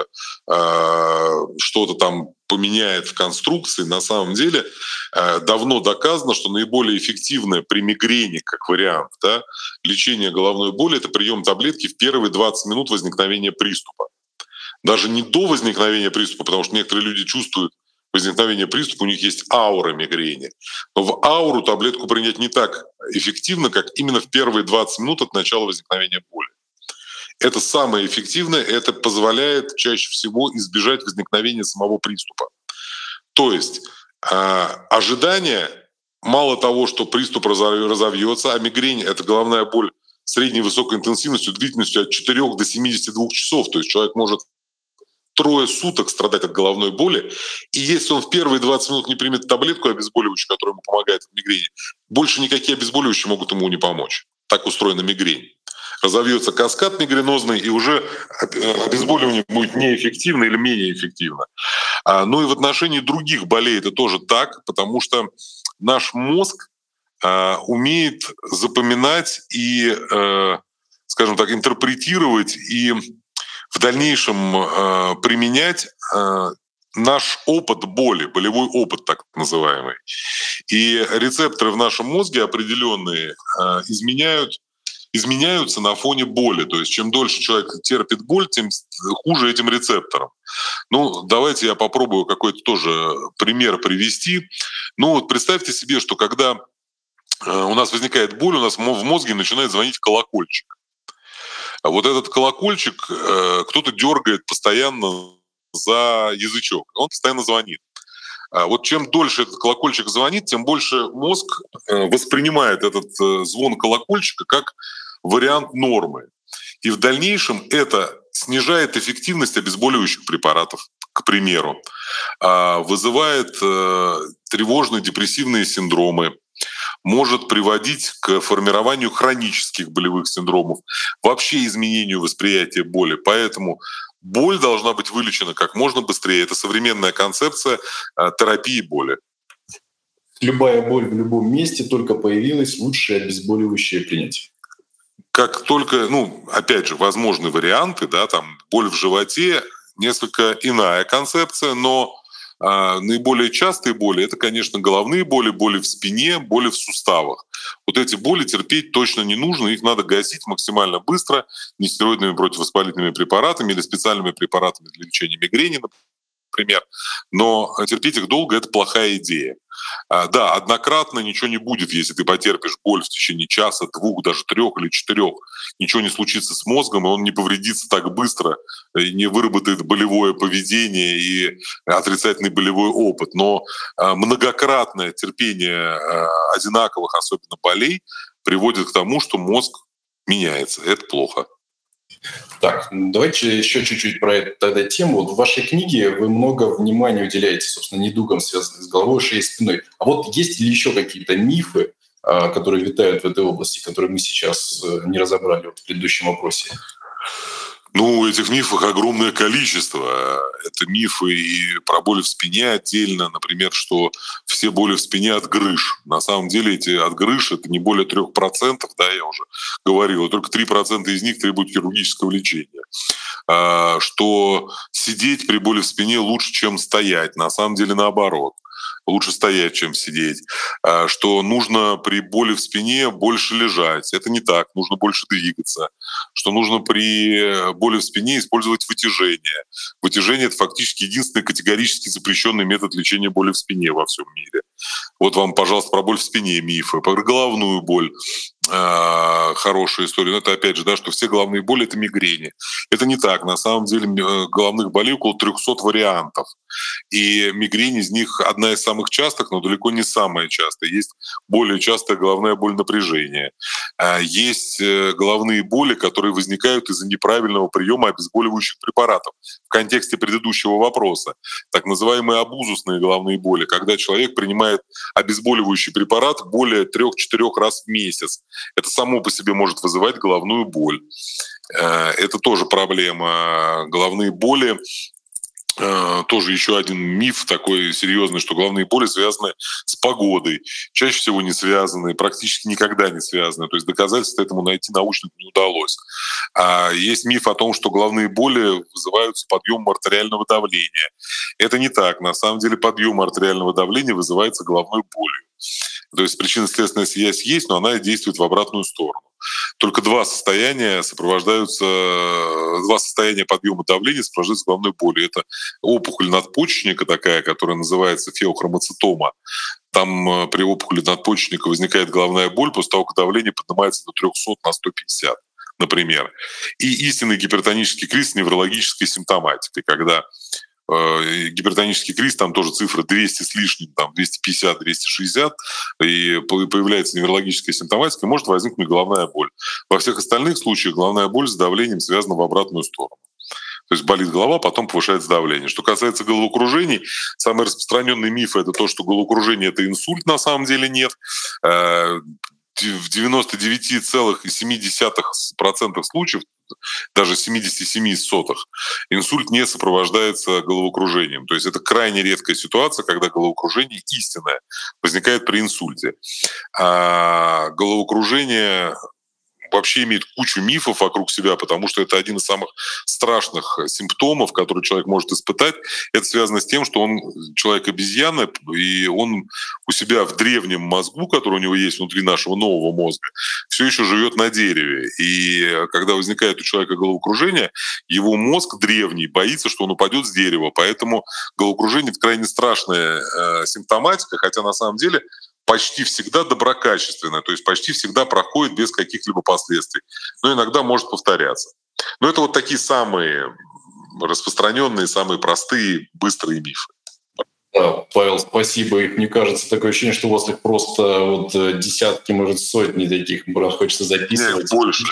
что-то там поменяет в конструкции. На самом деле давно доказано, что наиболее эффективное при мигрени, как вариант, да, лечение головной боли — это прием таблетки в первые 20 минут возникновения приступа. Даже не до возникновения приступа, потому что некоторые люди чувствуют возникновение приступа, у них есть аура мигрени. Но в ауру таблетку принять не так эффективно, как именно в первые 20 минут от начала возникновения боли. Это самое эффективное, это позволяет чаще всего избежать возникновения самого приступа. То есть ожидание, мало того, что приступ разовьется, а мигрень — это головная боль средней высокой интенсивностью, длительностью от 4 до 72 часов. То есть человек может 3 суток страдать от головной боли, и если он в первые 20 минут не примет таблетку обезболивающую, которая ему помогает от мигрени, больше никакие обезболивающие могут ему не помочь. Так устроена мигрень. Разовьется каскад мигренозный, и уже обезболивание будет неэффективно или менее эффективно. Ну и в отношении других болей это тоже так, потому что наш мозг умеет запоминать и, скажем так, интерпретировать и в дальнейшем применять наш опыт боли, болевой опыт так называемый. И рецепторы в нашем мозге определенные изменяются на фоне боли. То есть чем дольше человек терпит боль, тем хуже этим рецепторам. Ну, давайте я попробую какой-то тоже пример привести. Ну вот представьте себе, что когда у нас возникает боль, у нас в мозге начинает звонить колокольчик. А вот этот колокольчик кто-то дергает постоянно за язычок. Он постоянно звонит. Вот чем дольше этот колокольчик звонит, тем больше мозг воспринимает этот звон колокольчика как вариант нормы. И в дальнейшем это снижает эффективность обезболивающих препаратов, к примеру, вызывает тревожные депрессивные синдромы, может приводить к формированию хронических болевых синдромов, вообще изменению восприятия боли. Поэтому боль должна быть вылечена как можно быстрее. Это современная концепция терапии боли. Любая боль в любом месте, только появилась, лучше обезболивающее принять. Как только, опять же, возможны варианты, да, там боль в животе, несколько иная концепция, но наиболее частые боли — это, конечно, головные боли, боли в спине, боли в суставах. Вот эти боли терпеть точно не нужно, их надо гасить максимально быстро нестероидными противовоспалительными препаратами или специальными препаратами для лечения мигрени, например. Но терпеть их долго — это плохая идея. Да, однократно ничего не будет, если ты потерпишь боль в течение часа, 2, даже 3 или 4. Ничего не случится с мозгом, и он не повредится так быстро, и не выработает болевое поведение и отрицательный болевой опыт. Но многократное терпение одинаковых, особенно болей, приводит к тому, что мозг меняется. Это плохо. Так, давайте еще чуть-чуть про эту тогда тему. Вот в вашей книге вы много внимания уделяете, собственно, недугам, связанным с головой, шеей, спиной. А вот есть ли еще какие-то мифы, которые витают в этой области, которые мы сейчас не разобрали в предыдущем вопросе? Этих мифов огромное количество. Это мифы и про боли в спине отдельно. Например, что все боли в спине от грыж. На самом деле эти от грыж — это не более 3%, да, я уже говорил. Только 3% из них требуют хирургического лечения. Что сидеть при боли в спине лучше, чем стоять. На самом деле наоборот. Лучше стоять, чем сидеть. Что нужно при боли в спине больше лежать. Это не так, нужно больше двигаться. Что нужно при боли в спине использовать вытяжение. Вытяжение — это фактически единственный категорически запрещенный метод лечения боли в спине во всем мире. Вот вам, пожалуйста, про боль в спине мифы, про головную боль. хорошая история. Но это опять же, да, что все головные боли — это мигрени. Это не так. На самом деле головных болей около 300 вариантов. И мигрень из них одна из самых частых, но далеко не самая частая. Есть более частая головная боль напряжения. Есть головные боли, которые возникают из-за неправильного приема обезболивающих препаратов. В контексте предыдущего вопроса. Так называемые абузусные головные боли, когда человек принимает обезболивающий препарат более 3-4 раз в месяц. Это само по себе может вызывать головную боль. Это тоже проблема. Головные боли тоже еще один миф такой серьезный, что головные боли связаны с погодой. Чаще всего не связаны, практически никогда не связаны. То есть доказательств этому найти научно не удалось. Есть миф о том, что головные боли вызываются подъемом артериального давления. Это не так. На самом деле подъем артериального давления вызывается головной болью. То есть причинно-следственная связь есть, но она действует в обратную сторону. Только два состояния подъема давления сопровождаются головной болью. Это опухоль надпочечника такая, которая называется феохромоцитома. Там при опухоли надпочечника возникает головная боль после того, как давление поднимается до 300 на 150, например. И истинный гипертонический криз с неврологической симптоматикой, когда гипертонический криз, там тоже цифры 200 с лишним, там 250, 260, и появляется неврологическая симптоматика, может возникнуть головная боль. Во всех остальных случаях головная боль с давлением связана в обратную сторону. То есть болит голова, потом повышается давление. Что касается головокружений, самый распространенный миф — это то, что головокружение — это инсульт, на самом деле нет. В 99,7% случаев, даже 77%, инсульт не сопровождается головокружением. То есть это крайне редкая ситуация, когда головокружение истинное возникает при инсульте. А головокружение вообще имеет кучу мифов вокруг себя, потому что это один из самых страшных симптомов, которые человек может испытать. Это связано с тем, что он человек-обезьяна, и он у себя в древнем мозгу, который у него есть внутри нашего нового мозга, все еще живет на дереве. И когда возникает у человека головокружение, его мозг древний боится, что он упадет с дерева. Поэтому головокружение — это крайне страшная симптоматика, хотя на самом деле почти всегда доброкачественная, то есть почти всегда проходит без каких-либо последствий. Но иногда может повторяться. Но это вот такие самые распространенные, самые простые, быстрые мифы. Да, Павел, спасибо. Их, мне кажется, такое ощущение, что у вас их просто вот десятки, может, сотни таких. Хочется записывать. Нет, больше.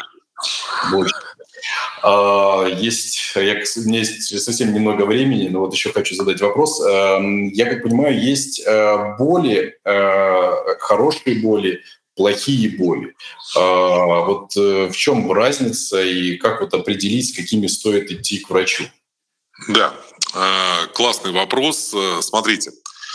У меня есть совсем немного времени, но вот еще хочу задать вопрос. Я как понимаю, есть боли, хорошие боли, плохие боли. Вот в чем разница и как вот определить, с какими стоит идти к врачу? Да, классный вопрос. Смотрите,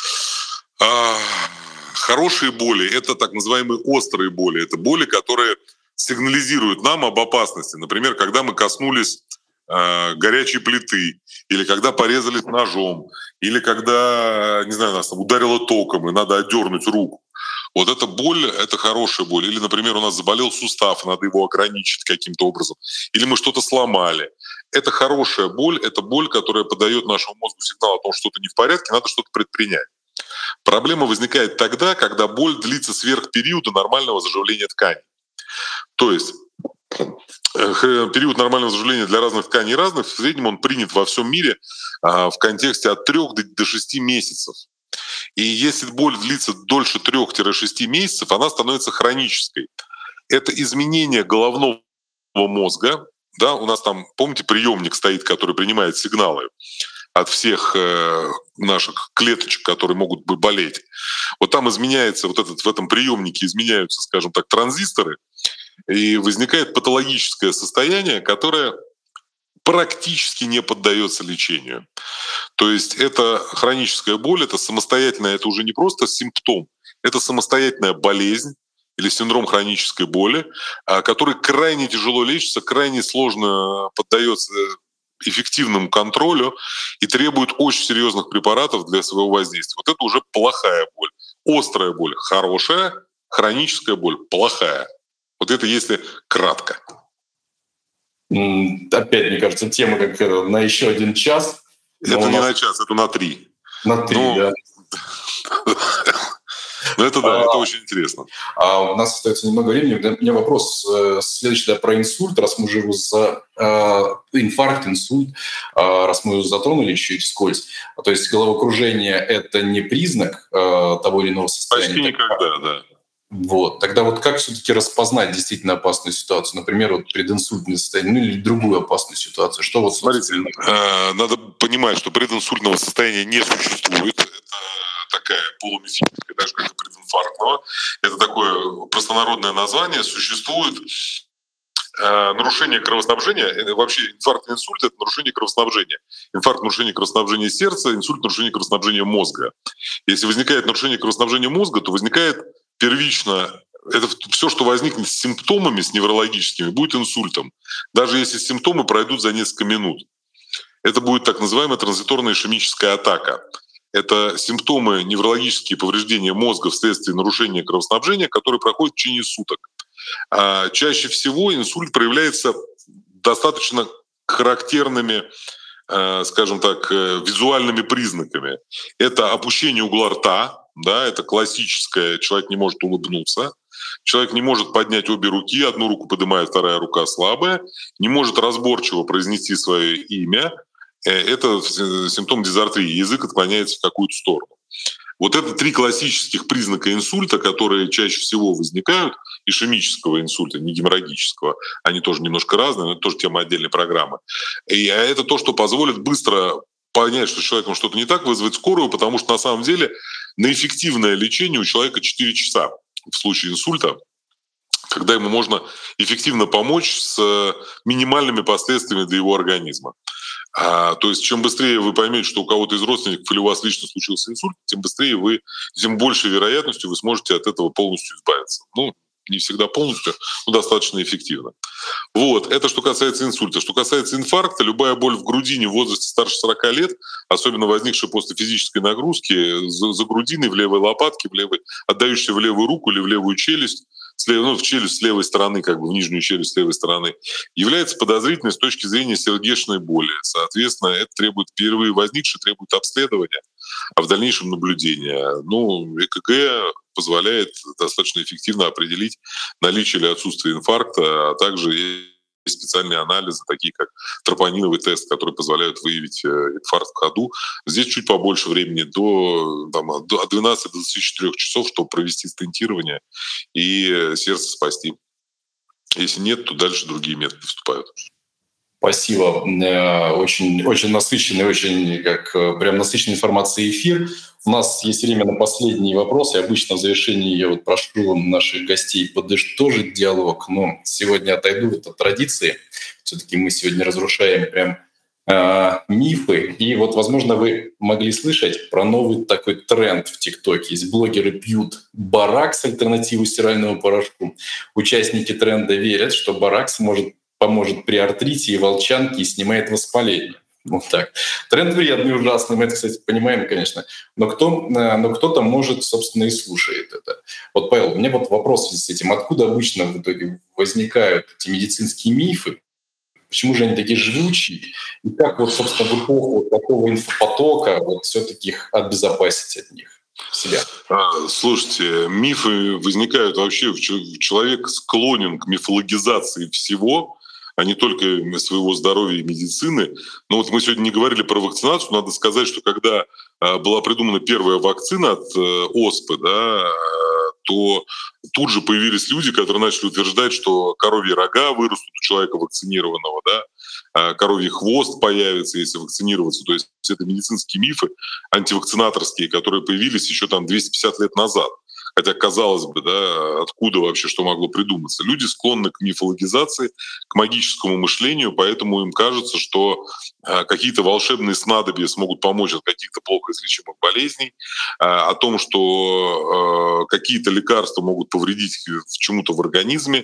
хорошие боли — это так называемые острые боли. Это боли, которые сигнализируют нам об опасности. Например, когда мы коснулись горячей плиты, или когда порезались ножом, или когда, не знаю, нас там ударило током, и надо отдернуть руку. Вот эта боль — это хорошая боль. Или, например, у нас заболел сустав, надо его ограничить каким-то образом. Или мы что-то сломали. Это хорошая боль, это боль, которая подает нашему мозгу сигнал о том, что что-то не в порядке, надо что-то предпринять. Проблема возникает тогда, когда боль длится сверх периода нормального заживления тканей. То есть период нормального заживления для разных тканей разных, в среднем он принят во всем мире в контексте от 3 до 6 месяцев. И если боль длится дольше 3-6 месяцев, она становится хронической. Это изменение головного мозга. Да, у нас там, помните, приемник стоит, который принимает сигналы от всех наших клеточек, которые могут болеть. Вот там изменяется, в этом приемнике изменяются, скажем так, транзисторы, и возникает патологическое состояние, которое практически не поддается лечению. То есть это хроническая боль, это самостоятельная, это уже не просто симптом, это самостоятельная болезнь или синдром хронической боли, который крайне тяжело лечится, крайне сложно поддается эффективному контролю и требует очень серьезных препаратов для своего воздействия. Вот это уже плохая боль. Острая боль — хорошая, хроническая боль — плохая. Вот это если кратко. Опять, мне кажется, тема как на еще 1 час. Это не на час, это на 3. На 3, да. Но это да, это очень интересно. У нас остается немного времени. У меня вопрос следующий про инсульт, раз мы уже за инфаркт, инсульт, раз мы затронули чуть-чуть вскользь. То есть головокружение – это не признак того или иного состояния? Почти никогда, да. Вот. Тогда вот как все-таки распознать действительно опасную ситуацию? Например, вот прединсультное состояние, ну или другую опасную ситуацию. Что вот, смотрите, надо понимать, что прединсультного состояния не существует. Это такая полумифическая, даже как прединфарктного. Это такое простонародное название. Существует нарушение кровоснабжения. Вообще инфаркт и инсульт – это нарушение кровоснабжения. Инфаркт – нарушение кровоснабжения сердца, инсульт – нарушение кровоснабжения мозга. Если возникает нарушение кровоснабжения мозга, то возникает первично, это все, что возникнет с симптомами, с неврологическими, будет инсультом. Даже если симптомы пройдут за несколько минут. Это будет так называемая транзиторная ишемическая атака. Это симптомы неврологические повреждения мозга вследствие нарушения кровоснабжения, которые проходят в течение суток. А чаще всего инсульт проявляется достаточно характерными, скажем так, визуальными признаками. Это опущение угла рта, да, это классическое, человек не может улыбнуться, человек не может поднять обе руки, одну руку поднимает, вторая рука слабая, не может разборчиво произнести свое имя. Это симптом дизартрии, язык отклоняется в какую-то сторону. Вот это 3 классических признака инсульта, которые чаще всего возникают, ишемического инсульта, не геморрагического. Они тоже немножко разные, но это тоже тема отдельной программы. И это то, что позволит быстро понять, что с человеком что-то не так, вызвать скорую, потому что на самом деле на эффективное лечение у человека 4 часа в случае инсульта, когда ему можно эффективно помочь с минимальными последствиями для его организма. То есть чем быстрее вы поймете, что у кого-то из родственников или у вас лично случился инсульт, тем быстрее тем большей вероятностью вы сможете от этого полностью избавиться. Ну, не всегда полностью, но достаточно эффективно. Вот, это что касается инсульта. Что касается инфаркта, любая боль в грудине в возрасте старше 40 лет, особенно возникшая после физической нагрузки, за грудиной, в левой лопатке, отдающейся в левую руку или в левую челюсть, в челюсть с левой стороны, как бы в нижнюю челюсть с левой стороны, является подозрительной с точки зрения сердечной боли. Соответственно, это впервые возникшее требует обследования, а в дальнейшем наблюдения. ЭКГ позволяет достаточно эффективно определить наличие или отсутствие инфаркта, а также есть специальные анализы, такие как тропониновый тест, которые позволяют выявить инфаркт в ходу. Здесь чуть побольше времени, от 12 до 24 часов, чтобы провести стентирование и сердце спасти. Если нет, то дальше другие методы вступают. Спасибо. Очень, очень насыщенный, прям насыщенной информацией эфир. У нас есть время на последний вопрос, и обычно в завершении я прошу наших гостей подытожить диалог, но сегодня отойду от традиции. Все-таки мы сегодня разрушаем прям мифы. И возможно, вы могли слышать про новый такой тренд в ТикТоке. Есть блогеры пьют боракс, альтернативу стиральному порошку. Участники тренда верят, что боракс поможет при артрите и волчанке и снимает воспаление. Вот так. Тренд вредный, ужасный, мы это, кстати, понимаем, конечно. Но кто-то, может, собственно, и слушает это. Павел, у меня вопрос в связи с этим. Откуда обычно в итоге возникают эти медицинские мифы? Почему же они такие живучие? И как, собственно, в эпоху такого инфопотока все-таки их обезопасить от них? Себя. Слушайте, мифы возникают вообще, человек склонен к мифологизации всего, а не только своего здоровья и медицины. Но мы сегодня не говорили про вакцинацию. Надо сказать, что когда была придумана первая вакцина от оспы, то тут же появились люди, которые начали утверждать, что коровьи рога вырастут у человека вакцинированного, коровий хвост появится, если вакцинироваться. То есть это медицинские мифы антивакцинаторские, которые появились еще 250 лет назад. Хотя, казалось бы, откуда вообще что могло придуматься? Люди склонны к мифологизации, к магическому мышлению, поэтому им кажется, что какие-то волшебные снадобья смогут помочь от каких-то плохо излечимых болезней, о том, что какие-то лекарства могут повредить чему-то в организме.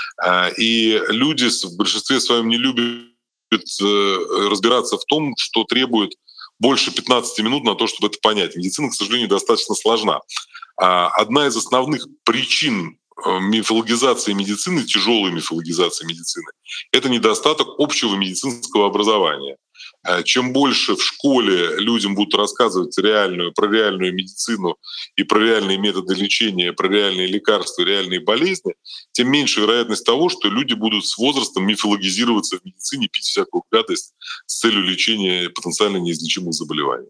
И люди в большинстве своем не любят разбираться в том, что требует больше 15 минут на то, чтобы это понять. Медицина, к сожалению, достаточно сложна. Одна из основных причин мифологизации медицины, тяжелой мифологизации медицины, это недостаток общего медицинского образования. Чем больше в школе людям будут рассказывать про реальную медицину и про реальные методы лечения, про реальные лекарства, реальные болезни, тем меньше вероятность того, что люди будут с возрастом мифологизироваться в медицине, пить всякую гадость с целью лечения потенциально неизлечимых заболеваний.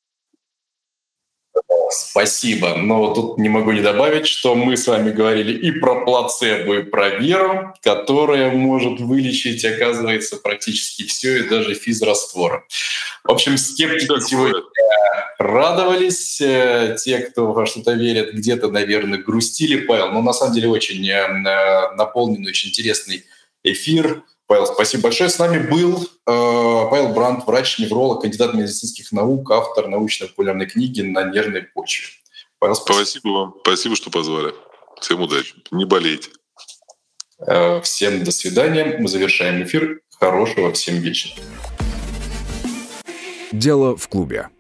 Спасибо. Но тут не могу не добавить, что мы с вами говорили и про плацебо, и про веру, которая может вылечить, оказывается, практически все, и даже физраствор. В общем, скептики сегодня радовались, те, кто во что-то верит, где-то, наверное, грустили. Павел, на самом деле очень наполненный, очень интересный эфир. Павел, спасибо большое. С нами был Павел Брандт, врач-невролог, кандидат медицинских наук, автор научно-популярной книги «На нервной почве». Павел, спасибо вам. Спасибо, что позвали. Всем удачи. Не болейте. Всем до свидания. Мы завершаем эфир. Хорошего всем вечера. Дело в клубе.